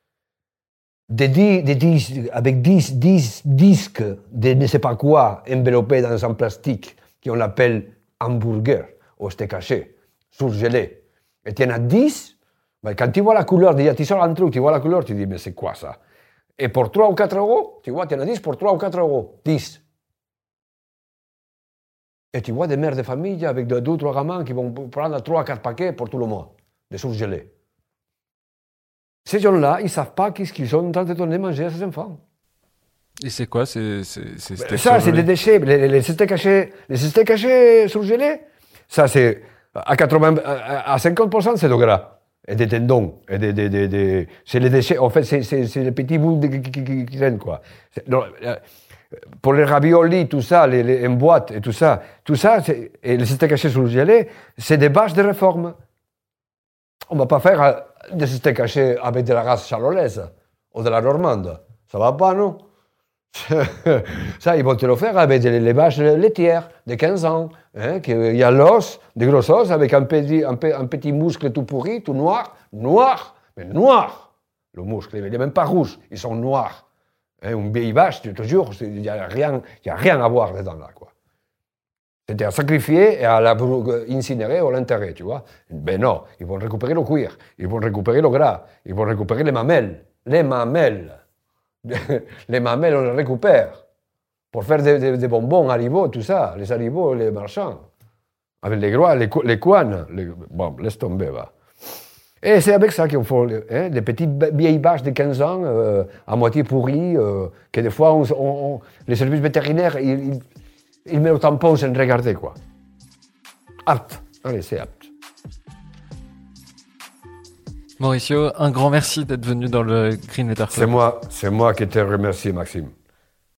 avec 10 disques de ne sais pas quoi enveloppés dans un plastique qu'on appelle hamburger ou steak haché, surgelé. Et tu en as 10, ben quand tu vois la couleur, déjà tu sors un truc, tu vois la couleur, tu dis mais c'est quoi ça? Et pour 3 ou 4 euros, tu vois, tu en as 10 pour 3 ou 4 euros. 10. Et tu vois des mères de famille avec 2 ou 3 gamins qui vont prendre 3 ou 4 paquets pour tout le mois, de surgelés. Ces gens-là, ils ne savent pas qu'est-ce qu'ils sont en train de donner à manger à ses enfants. Et c'est quoi ces ça, c'est des déchets. Les steaks hachés surgelés, ça, c'est à 50%, c'est de gras. Et des tendons. C'est les déchets. En fait, c'est les petits bouts qui traînent, quoi. Pour les raviolis, tout ça, en boîte et tout ça, et les steaks hachés surgelés, c'est des bâches de réforme. On ne va pas faire des steaks hachés avec de la race charolaise ou de la normande. Ça ne va pas, non? Ça, ils vont te le faire avec les vaches laitières de 15 ans. Hein, il y a l'os, des gros os, avec un petit muscle tout pourri, tout noir. Mais noir. Le muscle, il n'est même pas rouge, ils sont noirs. Hein, une vieille vache, je te jure, il n'y a rien à voir dedans là, quoi. C'était à sacrifier et à incinérer ou à l'enterrer, tu vois. Ben non, ils vont récupérer le cuir, ils vont récupérer le gras, ils vont récupérer les mamelles. Les mamelles, on les récupère pour faire des bonbons Haribo, tout ça, les Haribo, les marchands. Avec les gras, les couanes. Bon, laisse tomber, va. Et c'est avec ça qu'on fait des petites vieilles vaches de 15 ans, à moitié pourries, que des fois, les services vétérinaires, ils mettent le tampon sans regarder, quoi. Apte. Allez, c'est apte. Mauricio, un grand merci d'être venu dans le Green Letter Club. C'est moi qui te remercie, Maxime.